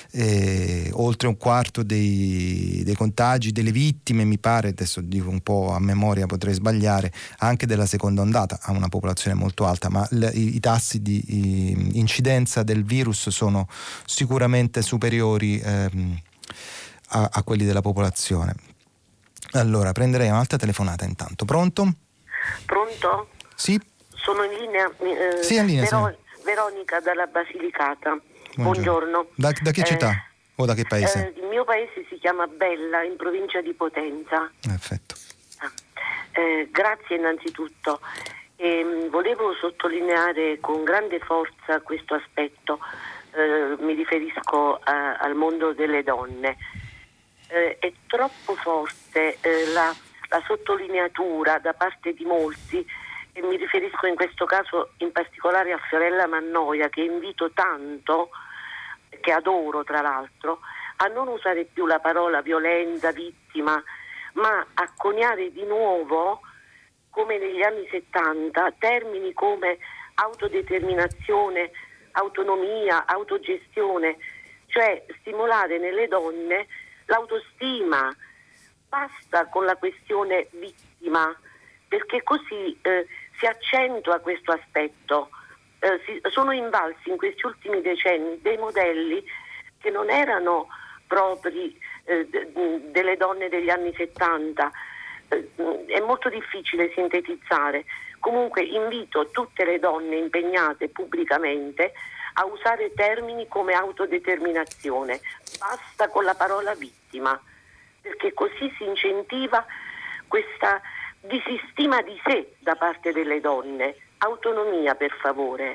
eh, oltre un quarto dei, dei contagi, delle vittime, mi pare, adesso dico un po' a memoria, potrei sbagliare, anche della seconda ondata. Ha una popolazione molto alta, ma l, i, i tassi di i, incidenza del virus sono sicuramente superiori ehm, a, a quelli della popolazione. Allora prenderei un'altra telefonata intanto. Pronto? Pronto? Sì. sono in linea, eh, sì, in linea Vero- sì. Veronica dalla Basilicata. Buongiorno. Buongiorno. Da, da che città? Eh, o da che paese? Eh, il mio paese si chiama Bella, in provincia di Potenza. Perfetto. Ah, eh, grazie innanzitutto. Eh, volevo sottolineare con grande forza questo aspetto. Eh, mi riferisco a, al mondo delle donne. Eh, è troppo forte eh, la, la sottolineatura da parte di molti, e mi riferisco in questo caso in particolare a Fiorella Mannoia, che invito tanto, che adoro tra l'altro, a non usare più la parola violenza, vittima, ma a coniare di nuovo, come negli anni settanta, termini come autodeterminazione, autonomia, autogestione, cioè stimolare nelle donne l'autostima. Basta con la questione vittima, perché così eh, si accentua questo aspetto. Eh, si, sono invalsi in questi ultimi decenni dei modelli che non erano propri eh, d- delle donne degli anni settanta. Eh, è molto difficile sintetizzare. Comunque invito tutte le donne impegnate pubblicamente a usare termini come autodeterminazione. Basta con la parola vittima, perché così si incentiva questa disistima di sé da parte delle donne. Autonomia, per favore.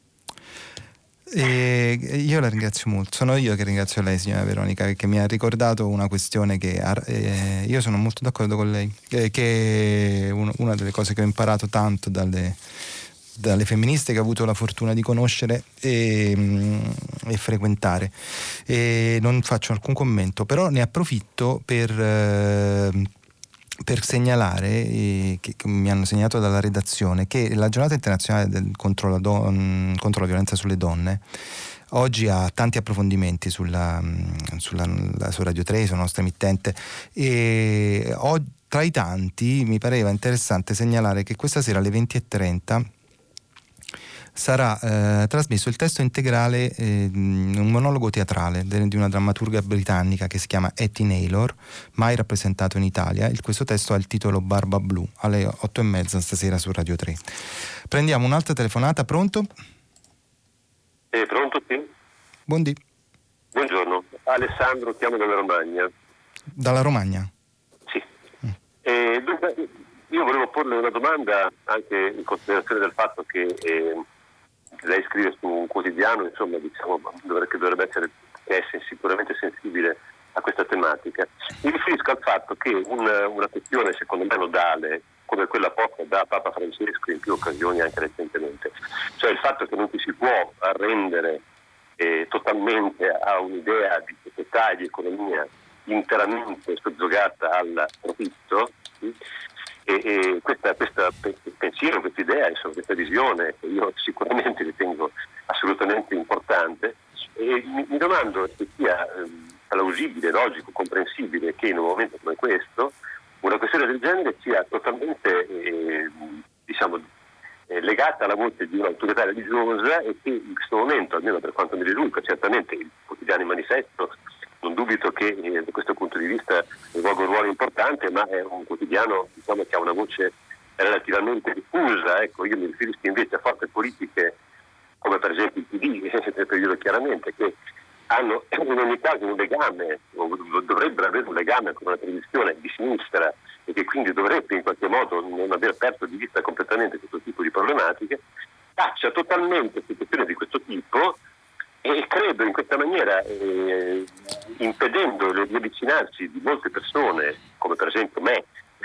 E io la ringrazio molto, sono io che ringrazio lei, signora Veronica, perché mi ha ricordato una questione che eh, io sono molto d'accordo con lei, eh, che è un, una delle cose che ho imparato tanto dalle, dalle femministe che ho avuto la fortuna di conoscere e, e frequentare, e non faccio alcun commento, però ne approfitto per eh, per segnalare, eh, che, che mi hanno segnato dalla redazione, che la giornata internazionale del, contro, la don, contro la violenza sulle donne oggi ha tanti approfondimenti sulla, sulla su Radio tre, sulla nostra emittente, e ho, tra i tanti mi pareva interessante segnalare che questa sera alle venti e trenta sarà eh, trasmesso il testo integrale, eh, un monologo teatrale de, di una drammaturga britannica che si chiama Etty Naylor, mai rappresentato in Italia. Il, questo testo ha il titolo Barba Blu, alle otto e mezza stasera su Radio tre. Prendiamo un'altra telefonata. Pronto? Eh, pronto, sì. Buondì. Buongiorno, Alessandro, chiamo dalla Romagna. Dalla Romagna? Sì. Mm. Eh, dunque, io volevo porle una domanda anche in considerazione del fatto che eh, lei scrive su un quotidiano, insomma, diciamo, che dovrebbe essere è sicuramente sensibile a questa tematica. Mi riferisco al fatto che una, una questione, secondo me, nodale, come quella posta da Papa Francesco in più occasioni anche recentemente, cioè il fatto che non ci si può arrendere eh, totalmente a un'idea di società e di economia interamente soggiogata al profitto, sì? E, e questa, questa pensiero, questa idea, insomma, questa visione che io sicuramente ritengo assolutamente importante, e mi, mi domando se sia eh, plausibile, logico, comprensibile che in un momento come questo una questione del genere sia totalmente eh, diciamo eh, legata alla voce di un'autorità religiosa, e che in questo momento, almeno per quanto mi risulta, certamente il quotidiano Manifesto non dubito che eh, da questo punto di vista svolga un ruolo importante, ma è un quotidiano, diciamo, che ha una voce relativamente diffusa. Ecco, io mi riferisco invece a forze politiche come per esempio il P D, per dirlo chiaramente, che hanno in ogni caso un legame, o dovrebbero avere un legame con una tradizione di sinistra, e che quindi dovrebbe in qualche modo non aver perso di vista completamente questo tipo di problematiche, taccia totalmente situazioni di questo tipo. E credo in questa maniera, eh, impedendo di avvicinarsi di molte persone, come per esempio me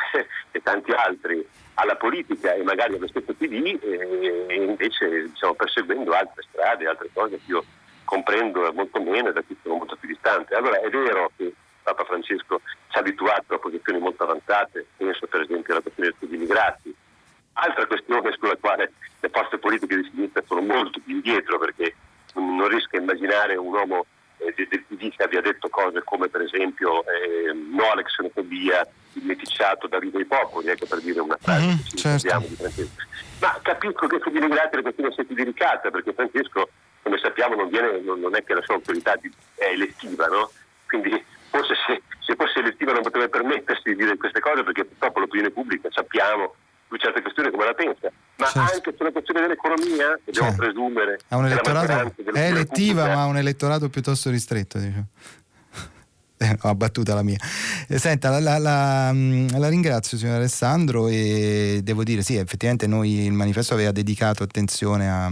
e tanti altri, alla politica e magari allo stesso P D, eh, e invece diciamo, perseguendo altre strade, altre cose che io comprendo molto meno e da cui sono molto più distante. Allora è vero che Papa Francesco ci ha abituato a posizioni molto avanzate, penso per esempio alla questione degli immigrati, altra questione sulla quale le forze politiche di sinistra sono molto più indietro, perché non riesco a immaginare un uomo eh, del P D che abbia detto cose come per esempio eh, no alla xenofobia, il meticciato da Riva ai Popoli, ecco, per dire una frase mm-hmm, che ci certo. ricordiamo di Francesco. Ma capisco che sugli immigrati la questione sia più delicata, perché Francesco, come sappiamo, non, viene, non, non è che la sua autorità di, è elettiva, no? Quindi forse se, se fosse elettiva non potrebbe permettersi di dire queste cose, perché purtroppo l'opinione pubblica sappiamo su certe questioni come la pensa, Ma certo. anche sulla questione dell'economia dobbiamo certo. presumere ha un che la elettorato maggioranza della è elettiva, Repubblica... ma ha un elettorato piuttosto ristretto, diciamo. Ho abbattuta la mia. Eh, senta, la, la, la, la ringrazio signor Alessandro, e devo dire sì, effettivamente noi il manifesto aveva dedicato attenzione a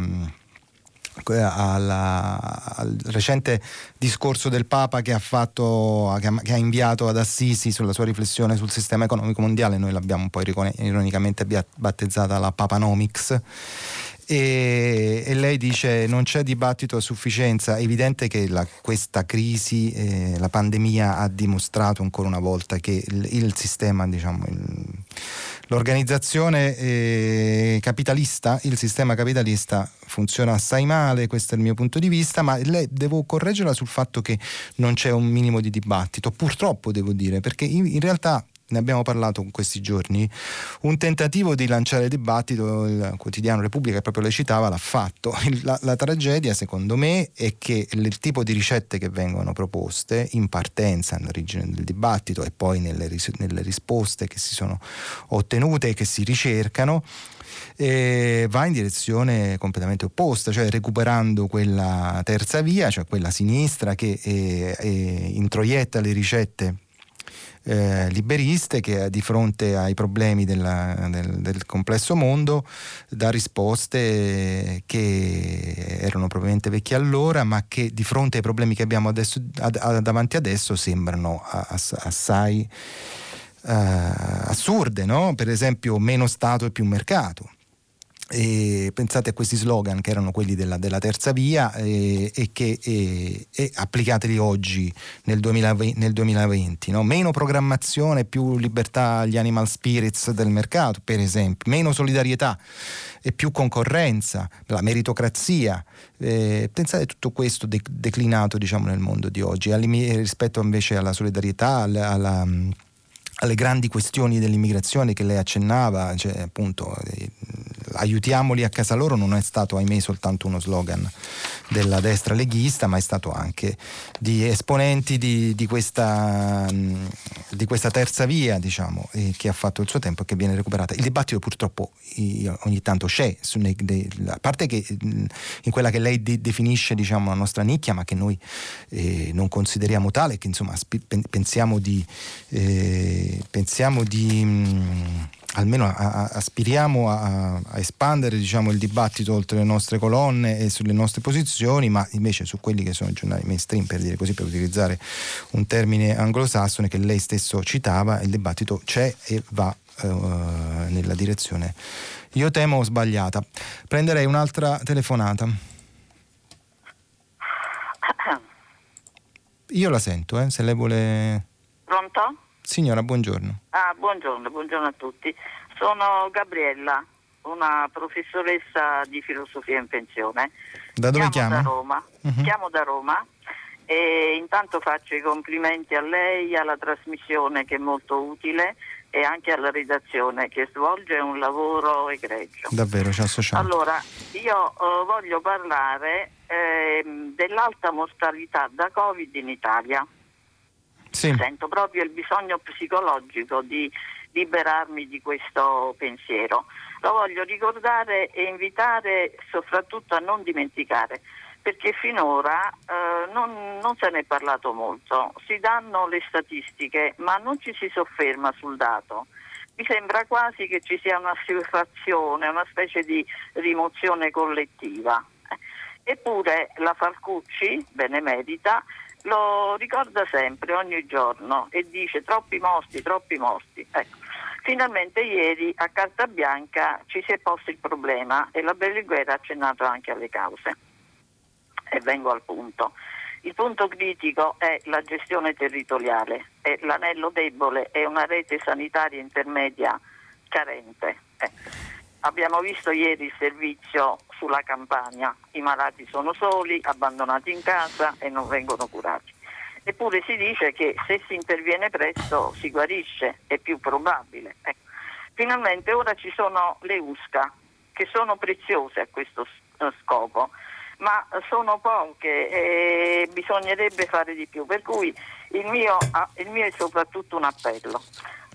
Alla, al recente discorso del Papa che ha fatto che ha, che ha inviato ad Assisi sulla sua riflessione sul sistema economico mondiale. Noi l'abbiamo un po' ironicamente battezzata la Papanomics, e, e lei dice non c'è dibattito a sufficienza. È evidente che la, questa crisi, eh, la pandemia ha dimostrato ancora una volta che il, il sistema, diciamo il, l'organizzazione eh, capitalista, il sistema capitalista funziona assai male, questo è il mio punto di vista, ma lei, devo correggerla sul fatto che non c'è un minimo di dibattito, purtroppo devo dire, perché in, in realtà ne abbiamo parlato in questi giorni, un tentativo di lanciare dibattito, il quotidiano Repubblica, che proprio le citava, l'ha fatto. La, la tragedia secondo me è che il tipo di ricette che vengono proposte in partenza, all'origine del dibattito e poi nelle, ris- nelle risposte che si sono ottenute e che si ricercano, eh, va in direzione completamente opposta, cioè recuperando quella terza via, cioè quella sinistra che eh, eh, introietta le ricette Eh, liberiste, che di fronte ai problemi della, del, del complesso mondo dà risposte che erano probabilmente vecchie allora, ma che di fronte ai problemi che abbiamo adesso, ad, ad, davanti adesso sembrano ass, assai uh, assurde, no? Per esempio meno Stato e più mercato. E pensate a questi slogan che erano quelli della, della terza via, e, e che e, e applicateli oggi nel duemilaventi, nel duemilaventi, no? Meno programmazione, più libertà agli animal spirits del mercato, per esempio, meno solidarietà e più concorrenza, la meritocrazia. Eh, pensate a tutto questo de- declinato, diciamo, nel mondo di oggi, rispetto invece alla solidarietà, alla, alla alle grandi questioni dell'immigrazione che lei accennava, cioè appunto eh, aiutiamoli a casa loro non è stato, ahimè, soltanto uno slogan della destra leghista, ma è stato anche di esponenti di, di, questa, di questa terza via, diciamo, eh, che ha fatto il suo tempo e che viene recuperata. Il dibattito purtroppo eh, ogni tanto c'è, su, ne, de, a parte che in quella che lei de, definisce, diciamo, la nostra nicchia, ma che noi eh, non consideriamo tale, che insomma sp- pensiamo di eh, pensiamo di mh, almeno a, a, aspiriamo a, a espandere, diciamo, il dibattito oltre le nostre colonne e sulle nostre posizioni, ma invece su quelli che sono i giornali mainstream, per dire così, per utilizzare un termine anglosassone che lei stesso citava, il dibattito c'è e va uh, nella direzione, io temo, sbagliata. Prenderei un'altra telefonata. Io la sento, eh, se lei vuole. Pronto? Signora, buongiorno. Ah, buongiorno, buongiorno a tutti. Sono Gabriella, una professoressa di filosofia in pensione. Da dove chiamo? chiama? Da Roma. Uh-huh. Chiamo da Roma e intanto faccio i complimenti a lei, alla trasmissione che è molto utile e anche alla redazione che svolge un lavoro egregio. Davvero, ci associamo. Allora, io uh, voglio parlare eh, dell'alta mortalità da Covid in Italia. Sì. Sento proprio il bisogno psicologico di liberarmi di questo pensiero. Lo voglio ricordare e invitare soprattutto a non dimenticare, perché finora eh, non, non se ne è parlato molto. Si danno le statistiche, ma non ci si sofferma sul dato. Mi sembra quasi che ci sia una assuefazione, una specie di rimozione collettiva. Eppure la Falcucci, benemerita, lo ricorda sempre, ogni giorno, e dice troppi morti, troppi morti. Ecco. Finalmente ieri a carta bianca ci si è posto il problema e la Berlinguer ha accennato anche alle cause. E vengo al punto. Il punto critico è la gestione territoriale, e l'anello debole è una rete sanitaria intermedia carente. Eh. Abbiamo visto ieri il servizio sulla Campania, i malati sono soli, abbandonati in casa e non vengono curati. Eppure si dice che se si interviene presto si guarisce, è più probabile. Ecco. Finalmente ora ci sono le U S C A, che sono preziose a questo scopo, ma sono poche e bisognerebbe fare di più. Per cui il mio, il mio è soprattutto un appello.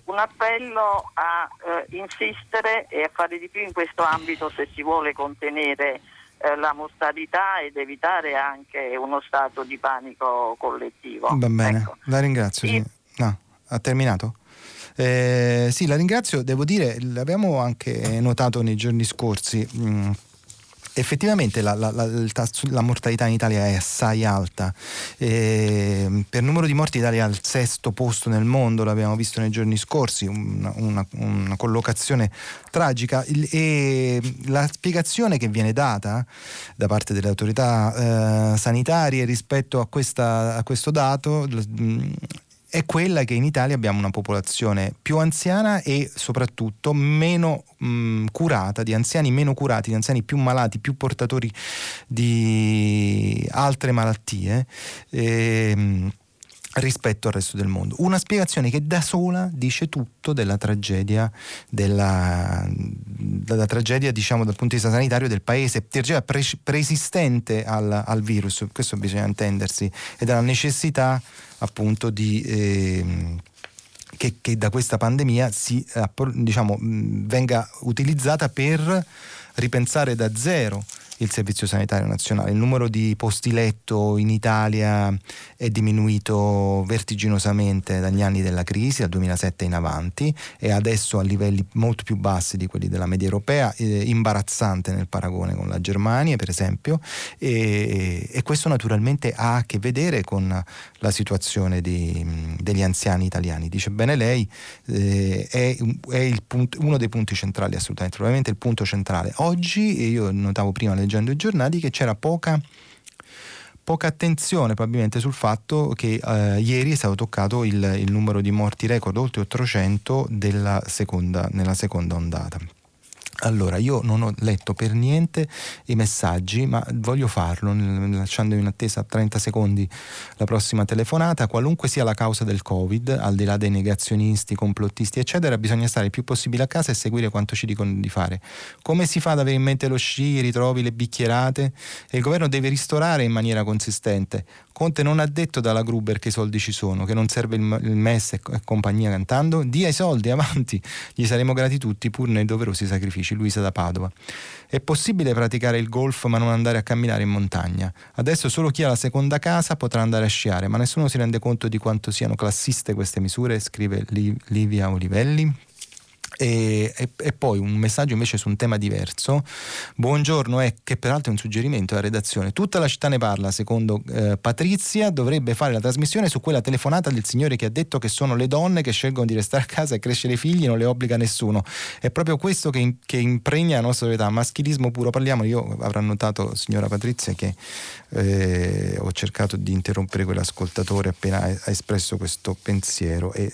un appello a eh, insistere e a fare di più in questo ambito se si vuole contenere eh, la mortalità ed evitare anche uno stato di panico collettivo. Va bene, ecco. La ringrazio. Sì. No, ha terminato? Eh, sì, la ringrazio. Devo dire, l'abbiamo anche notato nei giorni scorsi. Mm. Effettivamente la, la, la, la mortalità in Italia è assai alta, e per numero di morti l'Italia è al sesto posto nel mondo, l'abbiamo visto nei giorni scorsi, una, una, una collocazione tragica, e la spiegazione che viene data da parte delle autorità eh, sanitarie rispetto a, questa, a questo dato mh, è quella che in Italia abbiamo una popolazione più anziana e soprattutto meno mh, curata, di anziani meno curati, di anziani più malati, più portatori di altre malattie eh, rispetto al resto del mondo. Una spiegazione che da sola dice tutto della tragedia, della, della tragedia diciamo dal punto di vista sanitario del paese, tragedia pre- preesistente al, al virus, questo bisogna intendersi, e dalla necessità appunto di eh, che, che da questa pandemia si diciamo venga utilizzata per ripensare da zero il Servizio Sanitario Nazionale. Il numero di posti letto in Italia è diminuito vertiginosamente dagli anni della crisi, dal duemilasette in avanti, e adesso a livelli molto più bassi di quelli della media europea, eh, imbarazzante nel paragone con la Germania per esempio, e, e questo naturalmente ha a che vedere con la situazione di, degli anziani italiani. Dice bene lei, eh, è, è il punto, uno dei punti centrali assolutamente, probabilmente il punto centrale. Oggi, e io notavo prima leggendo i giornali che c'era poca poca attenzione probabilmente sul fatto che eh, ieri è stato toccato il, il numero di morti record, oltre ottocento della seconda, nella seconda ondata. Allora, io non ho letto per niente i messaggi, ma voglio farlo, lasciando in attesa trenta secondi la prossima telefonata. Qualunque sia la causa del Covid, al di là dei negazionisti, complottisti eccetera, bisogna stare il più possibile a casa e seguire quanto ci dicono di fare. Come si fa ad avere in mente lo sci, i ritrovi, le bicchierate? E il governo deve ristorare in maniera consistente. Conte non ha detto dalla Gruber che i soldi ci sono, che non serve il, il M E S e, e compagnia cantando. Dia i soldi, avanti, gli saremo grati tutti pur nei doverosi sacrifici. Luisa da Padova. È possibile praticare il golf ma non andare a camminare in montagna? Adesso solo chi ha la seconda casa potrà andare a sciare, ma nessuno si rende conto di quanto siano classiste queste misure, scrive Livia Olivelli. E, e, e poi un messaggio invece su un tema diverso. Buongiorno, è che peraltro è un suggerimento alla redazione. Tutta la città ne parla, secondo eh, Patrizia dovrebbe fare la trasmissione su quella telefonata del signore che ha detto che sono le donne che scelgono di restare a casa e crescere i figli, non le obbliga nessuno. È proprio questo che, in, che impregna la nostra società, maschilismo puro. Parliamo, io avrà notato, signora Patrizia, che eh, ho cercato di interrompere quell'ascoltatore appena ha espresso questo pensiero e,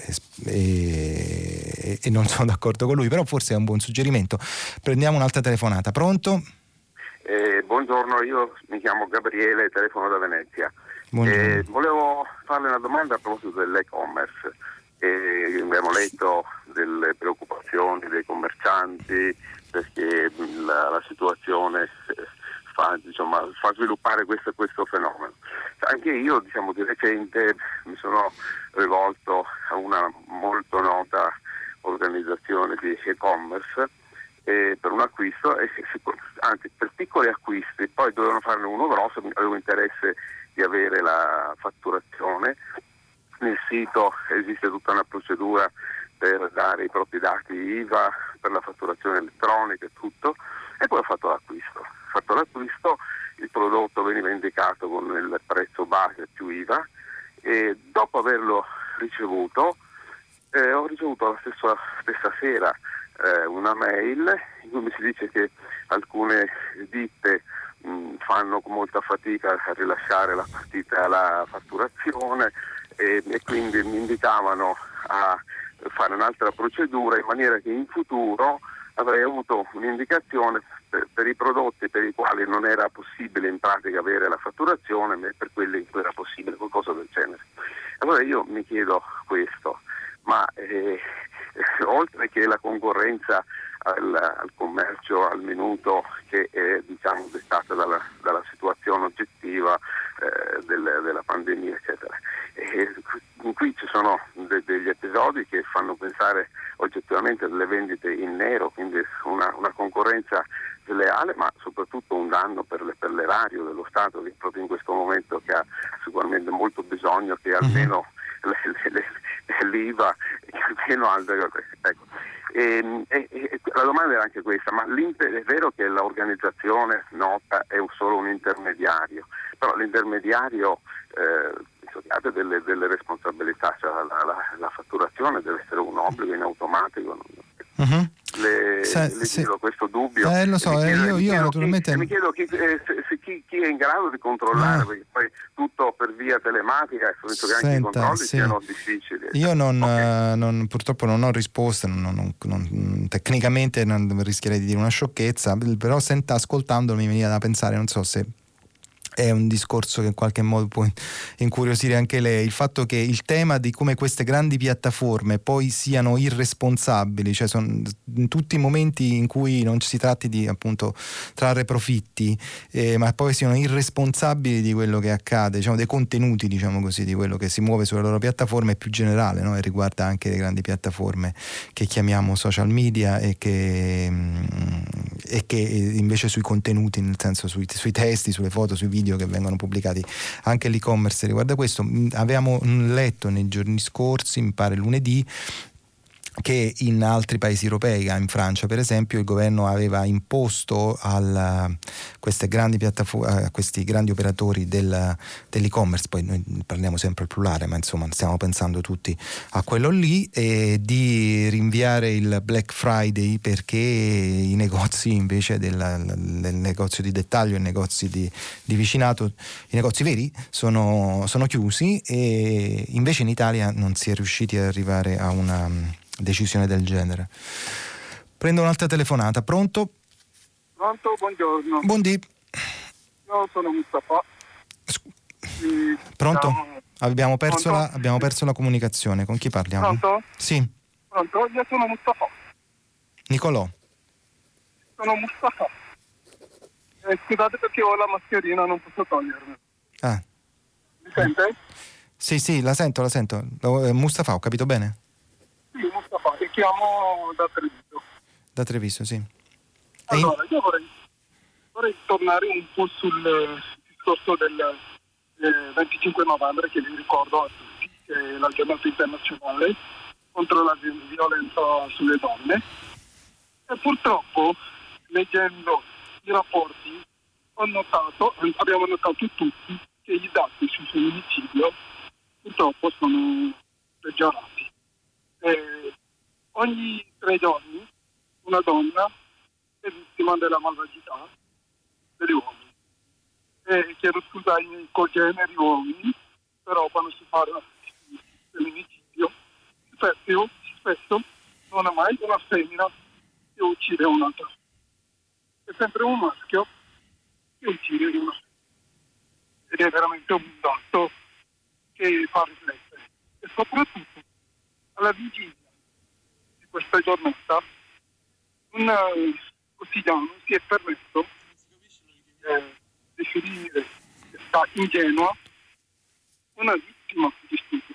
e, e non sono d'accordo con lui, però forse è un buon suggerimento. Prendiamo un'altra telefonata. Pronto? Eh, buongiorno, io mi chiamo Gabriele, telefono da Venezia. Eh, volevo farle una domanda a proposito dell'e-commerce. Eh, abbiamo letto delle preoccupazioni dei commercianti perché la, la situazione fa, diciamo, fa sviluppare questo, questo fenomeno. Anche io, diciamo, di recente mi sono rivolto a una molto nota organizzazione di e-commerce eh, per un acquisto, e, anzi per piccoli acquisti, poi dovevano farne uno grosso, avevo interesse di avere la fatturazione. Nel sito esiste tutta una procedura per dare i propri dati I V A, per la fatturazione elettronica e tutto, e poi ho fatto l'acquisto. Ho fatto l'acquisto, il prodotto veniva indicato con il prezzo base più I V A, e dopo averlo ricevuto Eh, ho ricevuto la stessa, stessa sera eh, una mail in cui mi si dice che alcune ditte mh, fanno con molta fatica a rilasciare la partita, la fatturazione, e, e quindi mi invitavano a fare un'altra procedura in maniera che in futuro avrei avuto un'indicazione per, per i prodotti per i quali non era possibile in pratica avere la fatturazione, ma per quelli in cui era possibile, qualcosa del genere. Allora io mi chiedo questo. Ma eh, oltre che la concorrenza al, al commercio al minuto che è, diciamo, dettata dalla, dalla situazione oggettiva eh, del, della pandemia eccetera, e qui ci sono de- degli episodi che fanno pensare oggettivamente alle vendite in nero, quindi una, una concorrenza sleale, ma soprattutto un danno per, le, per l'erario dello Stato, che proprio in questo momento che ha sicuramente molto bisogno che almeno le, le, le, l'I V A che almeno ecco. E, e, e, la domanda era anche questa, ma è vero che l'organizzazione nota è solo un intermediario, però l'intermediario eh, ha delle, delle responsabilità, cioè la, la, la fatturazione deve essere un obbligo in automatico. Uh-huh. Le, Se, le chiedo sì. questo dubbio. Eh, lo so, mi chiedo, eh, io, mi io chiedo naturalmente. Chi, mi chiedo chi, eh, se, se chi, chi è in grado di controllare, ah. perché poi tutto per via telematica e penso che anche Senta, i controlli sì. siano difficili. Io non, okay. uh, non, purtroppo non ho risposte, non, non, non, tecnicamente non rischierei di dire una sciocchezza, però senta, ascoltandolo mi veniva da pensare, non so se è un discorso che in qualche modo può incuriosire anche lei, il fatto che il tema di come queste grandi piattaforme poi siano irresponsabili, cioè sono in tutti i momenti in cui non si tratti di appunto trarre profitti, eh, ma poi siano irresponsabili di quello che accade, diciamo dei contenuti, diciamo così, di quello che si muove sulle loro piattaforme, è più generale, no? E riguarda anche le grandi piattaforme che chiamiamo social media e che, e che invece sui contenuti, nel senso sui, sui testi, sulle foto, sui video che vengono pubblicati, anche l'e-commerce riguarda questo. Avevamo letto nei giorni scorsi, mi pare lunedì, che in altri paesi europei, in Francia per esempio, il governo aveva imposto a queste grandi piattaforme, a questi grandi operatori del, dell'e-commerce, poi noi parliamo sempre al plurale, ma insomma stiamo pensando tutti a quello lì, e di rinviare il Black Friday perché i negozi invece del, del negozio di dettaglio, i negozi di, di vicinato, i negozi veri sono, sono chiusi, e invece in Italia non si è riusciti ad arrivare a una decisione del genere. Prendo un'altra telefonata. Pronto? Pronto, buongiorno. Buondì. Io sono Mustafa. Sc- Pronto? Siamo... Abbiamo, perso Pronto? La, abbiamo perso la comunicazione. Con chi parliamo? Pronto? Sì. Pronto? Io sono Mustafa. Nicolò. Sono Mustafa. Eh, scusate perché ho la mascherina, non posso togliermi. Ah. Mi sente? Sì, sì, la sento, la sento. Mustafa, ho capito bene? Sì, Mustafa, ti chiamo da Treviso. Da Treviso, sì. Allora, io vorrei, vorrei tornare un po' sul discorso del eh, venticinque novembre, che vi ricordo a tutti, che è la giornata internazionale contro la violenza sulle donne. E purtroppo, leggendo i rapporti, ho notato, abbiamo notato tutti, che i dati sul femminicidio purtroppo sono peggiorati. Eh, ogni tre giorni una donna è vittima della malvagità degli uomini. Eh, chiedo scusa ai miei cogeneri uomini, però quando si parla di femminicidio spesso, spesso non è mai una femmina che uccide un'altra. È sempre un maschio che uccide una femmina. Ed è veramente un dato che fa riflettere. E soprattutto alla vigilia di questa giornata un uh, quotidiano si è permesso eh, definire questa ingenua una vittima di studio.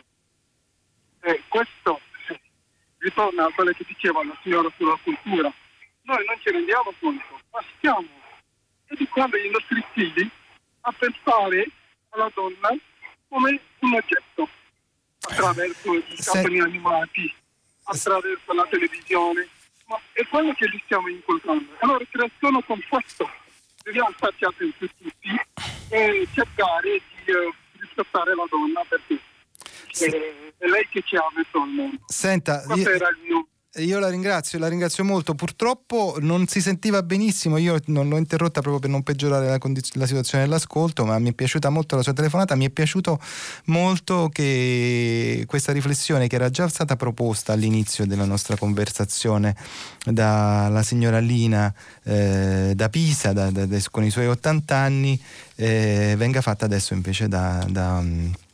E questo eh, ritorna a quello che diceva la signora sulla cultura. Noi non ci rendiamo conto, ma stiamo educando i nostri figli a pensare alla donna come un oggetto, attraverso i cartoni animati, attraverso la televisione, ma è quello che li stiamo incontrando. Allora crescono con questo, dobbiamo starci attenti tutti e cercare di uh, rispettare la donna, perché è, è lei che ci ha messo al mondo. Senta, questo io... era il mio... Io la ringrazio, la ringrazio molto. Purtroppo non si sentiva benissimo, io non l'ho interrotta proprio per non peggiorare la, condiz- la situazione dell'ascolto, ma mi è piaciuta molto la sua telefonata, mi è piaciuto molto che questa riflessione, che era già stata proposta all'inizio della nostra conversazione dalla signora Lina eh, da Pisa, da, da, da, con i suoi ottanta anni, eh, venga fatta adesso invece da... da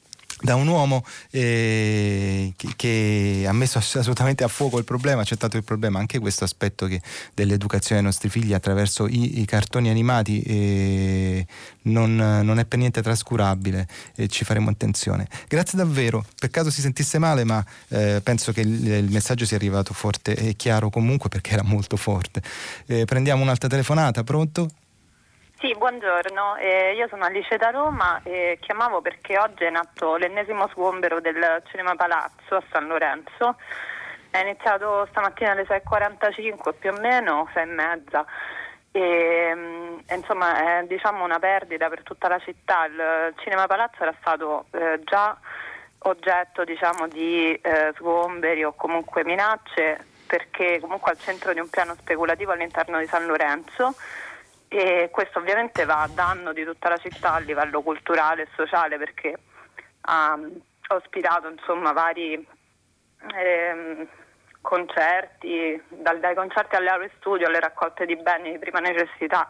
da un uomo eh, che, che ha messo assolutamente a fuoco il problema, ha accettato il problema, anche questo aspetto che dell'educazione dei nostri figli attraverso i, i cartoni animati eh, non, non è per niente trascurabile, e ci faremo attenzione. Grazie davvero, peccato si sentisse male, ma eh, penso che il, il messaggio sia arrivato forte e chiaro comunque, perché era molto forte. Eh, prendiamo un'altra telefonata, pronto? Sì, buongiorno, eh, io sono Alice da Roma e chiamavo perché oggi è nato l'ennesimo sgombero del Cinema Palazzo a San Lorenzo. È iniziato stamattina alle sei e quarantacinque più o meno, sei e mezza, e, e insomma è diciamo una perdita per tutta la città. Il Cinema Palazzo era stato eh, già oggetto diciamo di eh, sgomberi o comunque minacce, perché comunque al centro di un piano speculativo all'interno di San Lorenzo, e questo ovviamente va a danno di tutta la città a livello culturale e sociale, perché ha ospitato insomma vari ehm, concerti, dal, dai concerti alle aule studio alle raccolte di beni di prima necessità.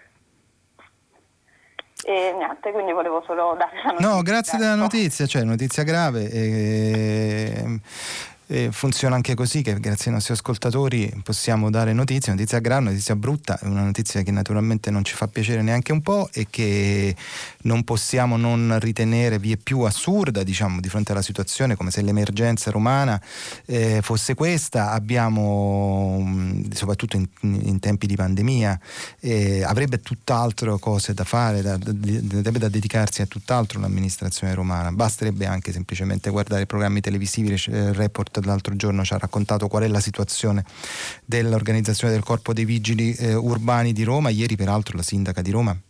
E niente, quindi volevo solo dare la notizia. No, grazie della notizia, cioè notizia grave. E... E funziona anche così, che grazie ai nostri ascoltatori possiamo dare notizie, notizia grave, notizia brutta, una notizia che naturalmente non ci fa piacere neanche un po' e che non possiamo non ritenere vie più assurda, diciamo, di fronte alla situazione, come se l'emergenza romana eh, fosse questa. Abbiamo, soprattutto in, in tempi di pandemia, eh, avrebbe tutt'altro cose da fare, da, da, deve da dedicarsi a tutt'altro l'amministrazione romana. Basterebbe anche semplicemente guardare i programmi televisivi, il report l'altro giorno ci ha raccontato qual è la situazione dell'organizzazione del Corpo dei Vigili eh, Urbani di Roma. Ieri peraltro la sindaca di Roma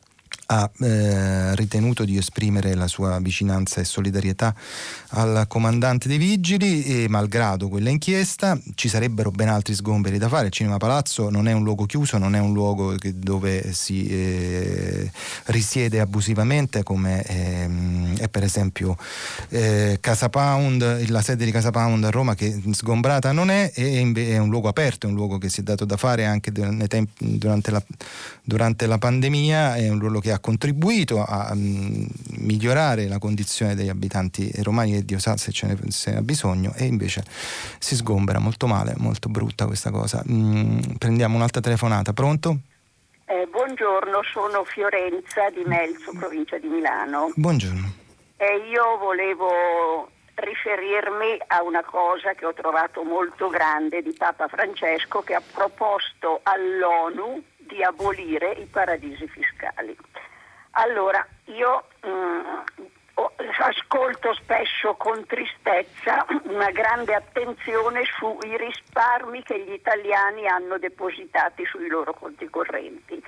ha eh, ritenuto di esprimere la sua vicinanza e solidarietà al comandante dei vigili, e malgrado quella inchiesta ci sarebbero ben altri sgomberi da fare. Il Cinema Palazzo non è un luogo chiuso, non è un luogo che, dove si eh, risiede abusivamente, come eh, è per esempio eh, Casa Pound, la sede di Casa Pound a Roma, che sgombrata non è, e è un luogo aperto, è un luogo che si è dato da fare anche nei tempi, durante la, durante la pandemia, è un luogo che ha contribuito a um, migliorare la condizione degli abitanti romani, e Dio sa se ce ne, se ne ha bisogno, e invece si sgombera. Molto male, molto brutta questa cosa. Mm, prendiamo un'altra telefonata, pronto? Eh, buongiorno, sono Fiorenza di Melzo, provincia di Milano. Buongiorno. Eh, io volevo riferirmi a una cosa che ho trovato molto grande di Papa Francesco, che ha proposto all'ONU di abolire i paradisi fiscali. Allora, io mh, ascolto spesso con tristezza una grande attenzione sui risparmi che gli italiani hanno depositati sui loro conti correnti,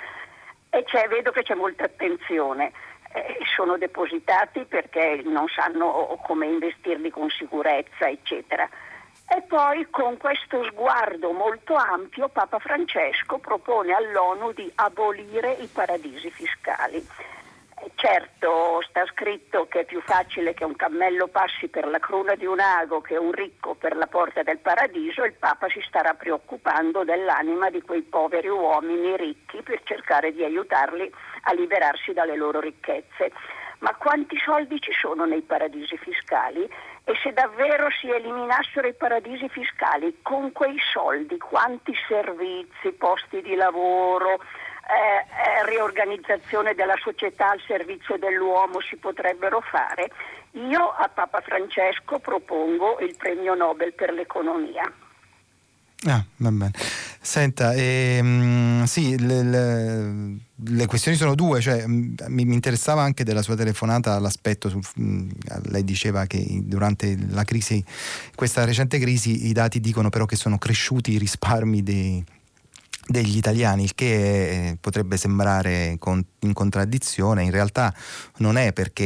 e c'è, vedo che c'è molta attenzione. Eh, sono depositati perché non sanno come investirli con sicurezza, eccetera. E poi, con questo sguardo molto ampio, Papa Francesco propone all'ONU di abolire i paradisi fiscali. Certo, sta scritto che è più facile che un cammello passi per la cruna di un ago che un ricco per la porta del paradiso. Il Papa si starà preoccupando dell'anima di quei poveri uomini ricchi per cercare di aiutarli a liberarsi dalle loro ricchezze. Ma quanti soldi ci sono nei paradisi fiscali? E se davvero si eliminassero i paradisi fiscali, con quei soldi quanti servizi, posti di lavoro, eh, eh, riorganizzazione della società al servizio dell'uomo si potrebbero fare? Io a Papa Francesco propongo il premio Nobel per l'economia. Ah, va bene. Senta, ehm, sì, le, le, le questioni sono due, cioè mi, mi interessava anche della sua telefonata l'aspetto, sul, lei diceva che durante la crisi, questa recente crisi, i dati dicono però che sono cresciuti i risparmi dei degli italiani, il che eh, potrebbe sembrare con, in contraddizione. In realtà non è, perché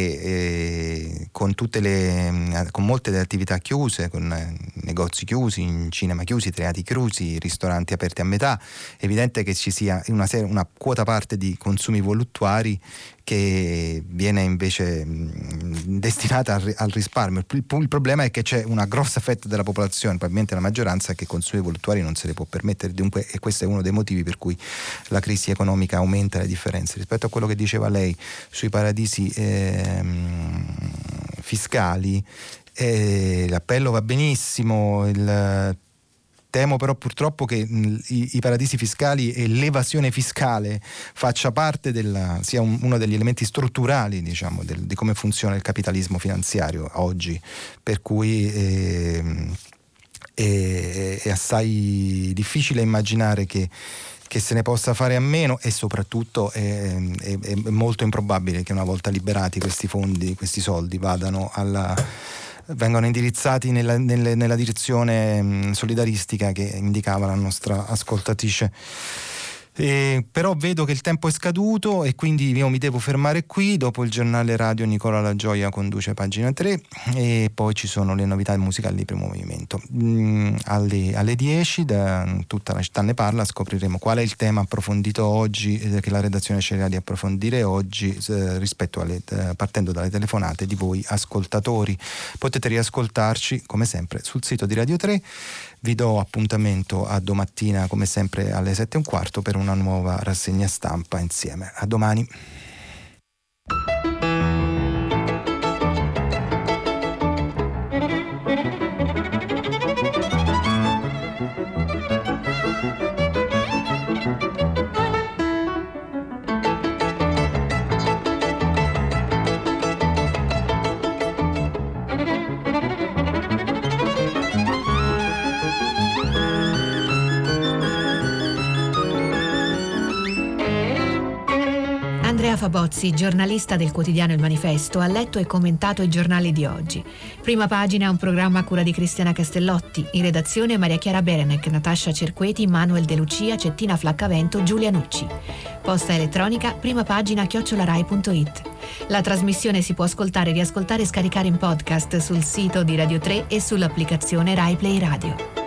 eh, con tutte le con molte delle attività chiuse, con eh, negozi chiusi, cinema chiusi, teatri chiusi, ristoranti aperti a metà, è evidente che ci sia una, serie, una quota parte di consumi voluttuari che viene invece mh, destinata al, al risparmio. Il, il problema è che c'è una grossa fetta della popolazione, probabilmente la maggioranza, che consumi voluttuari non se le può permettere, dunque, e questo è uno dei motivi per cui la crisi economica aumenta le differenze. Rispetto a quello che diceva lei sui paradisi ehm, fiscali, eh, l'appello va benissimo, il temo però purtroppo che i, i paradisi fiscali e l'evasione fiscale faccia parte della, sia un, uno degli elementi strutturali, diciamo, del, di come funziona il capitalismo finanziario oggi, per cui eh, è, è assai difficile immaginare che, che se ne possa fare a meno, e soprattutto è, è, è molto improbabile che una volta liberati questi fondi, questi soldi vadano alla vengono indirizzati nella, nelle, nella direzione mh, solidaristica che indicava la nostra ascoltatrice. Eh, però vedo che il tempo è scaduto e quindi io mi devo fermare qui. Dopo il giornale radio Nicola La Gioia conduce Pagina tre e poi ci sono le novità musicali di Primo Movimento. Mm, alle, alle dieci da Tutta la città ne parla scopriremo qual è il tema approfondito oggi, eh, che la redazione sceglierà di approfondire oggi, eh, rispetto alle, eh, partendo dalle telefonate di voi ascoltatori. Potete riascoltarci come sempre sul sito di Radio tre. Vi do appuntamento a domattina come sempre alle sette e un quarto per una nuova rassegna stampa insieme. A domani. Andrea Fabozzi, giornalista del quotidiano Il Manifesto, ha letto e commentato i giornali di oggi. Prima Pagina è un programma a cura di Cristiana Castellotti, in redazione Maria Chiara Berenec, Natascia Cerqueti, Manuel De Lucia, Cettina Flaccavento, Giulia Nucci. Posta elettronica primapagina chiocciola rai punto it. La trasmissione si può ascoltare, riascoltare e scaricare in podcast sul sito di Radio tre e sull'applicazione Rai Play Radio.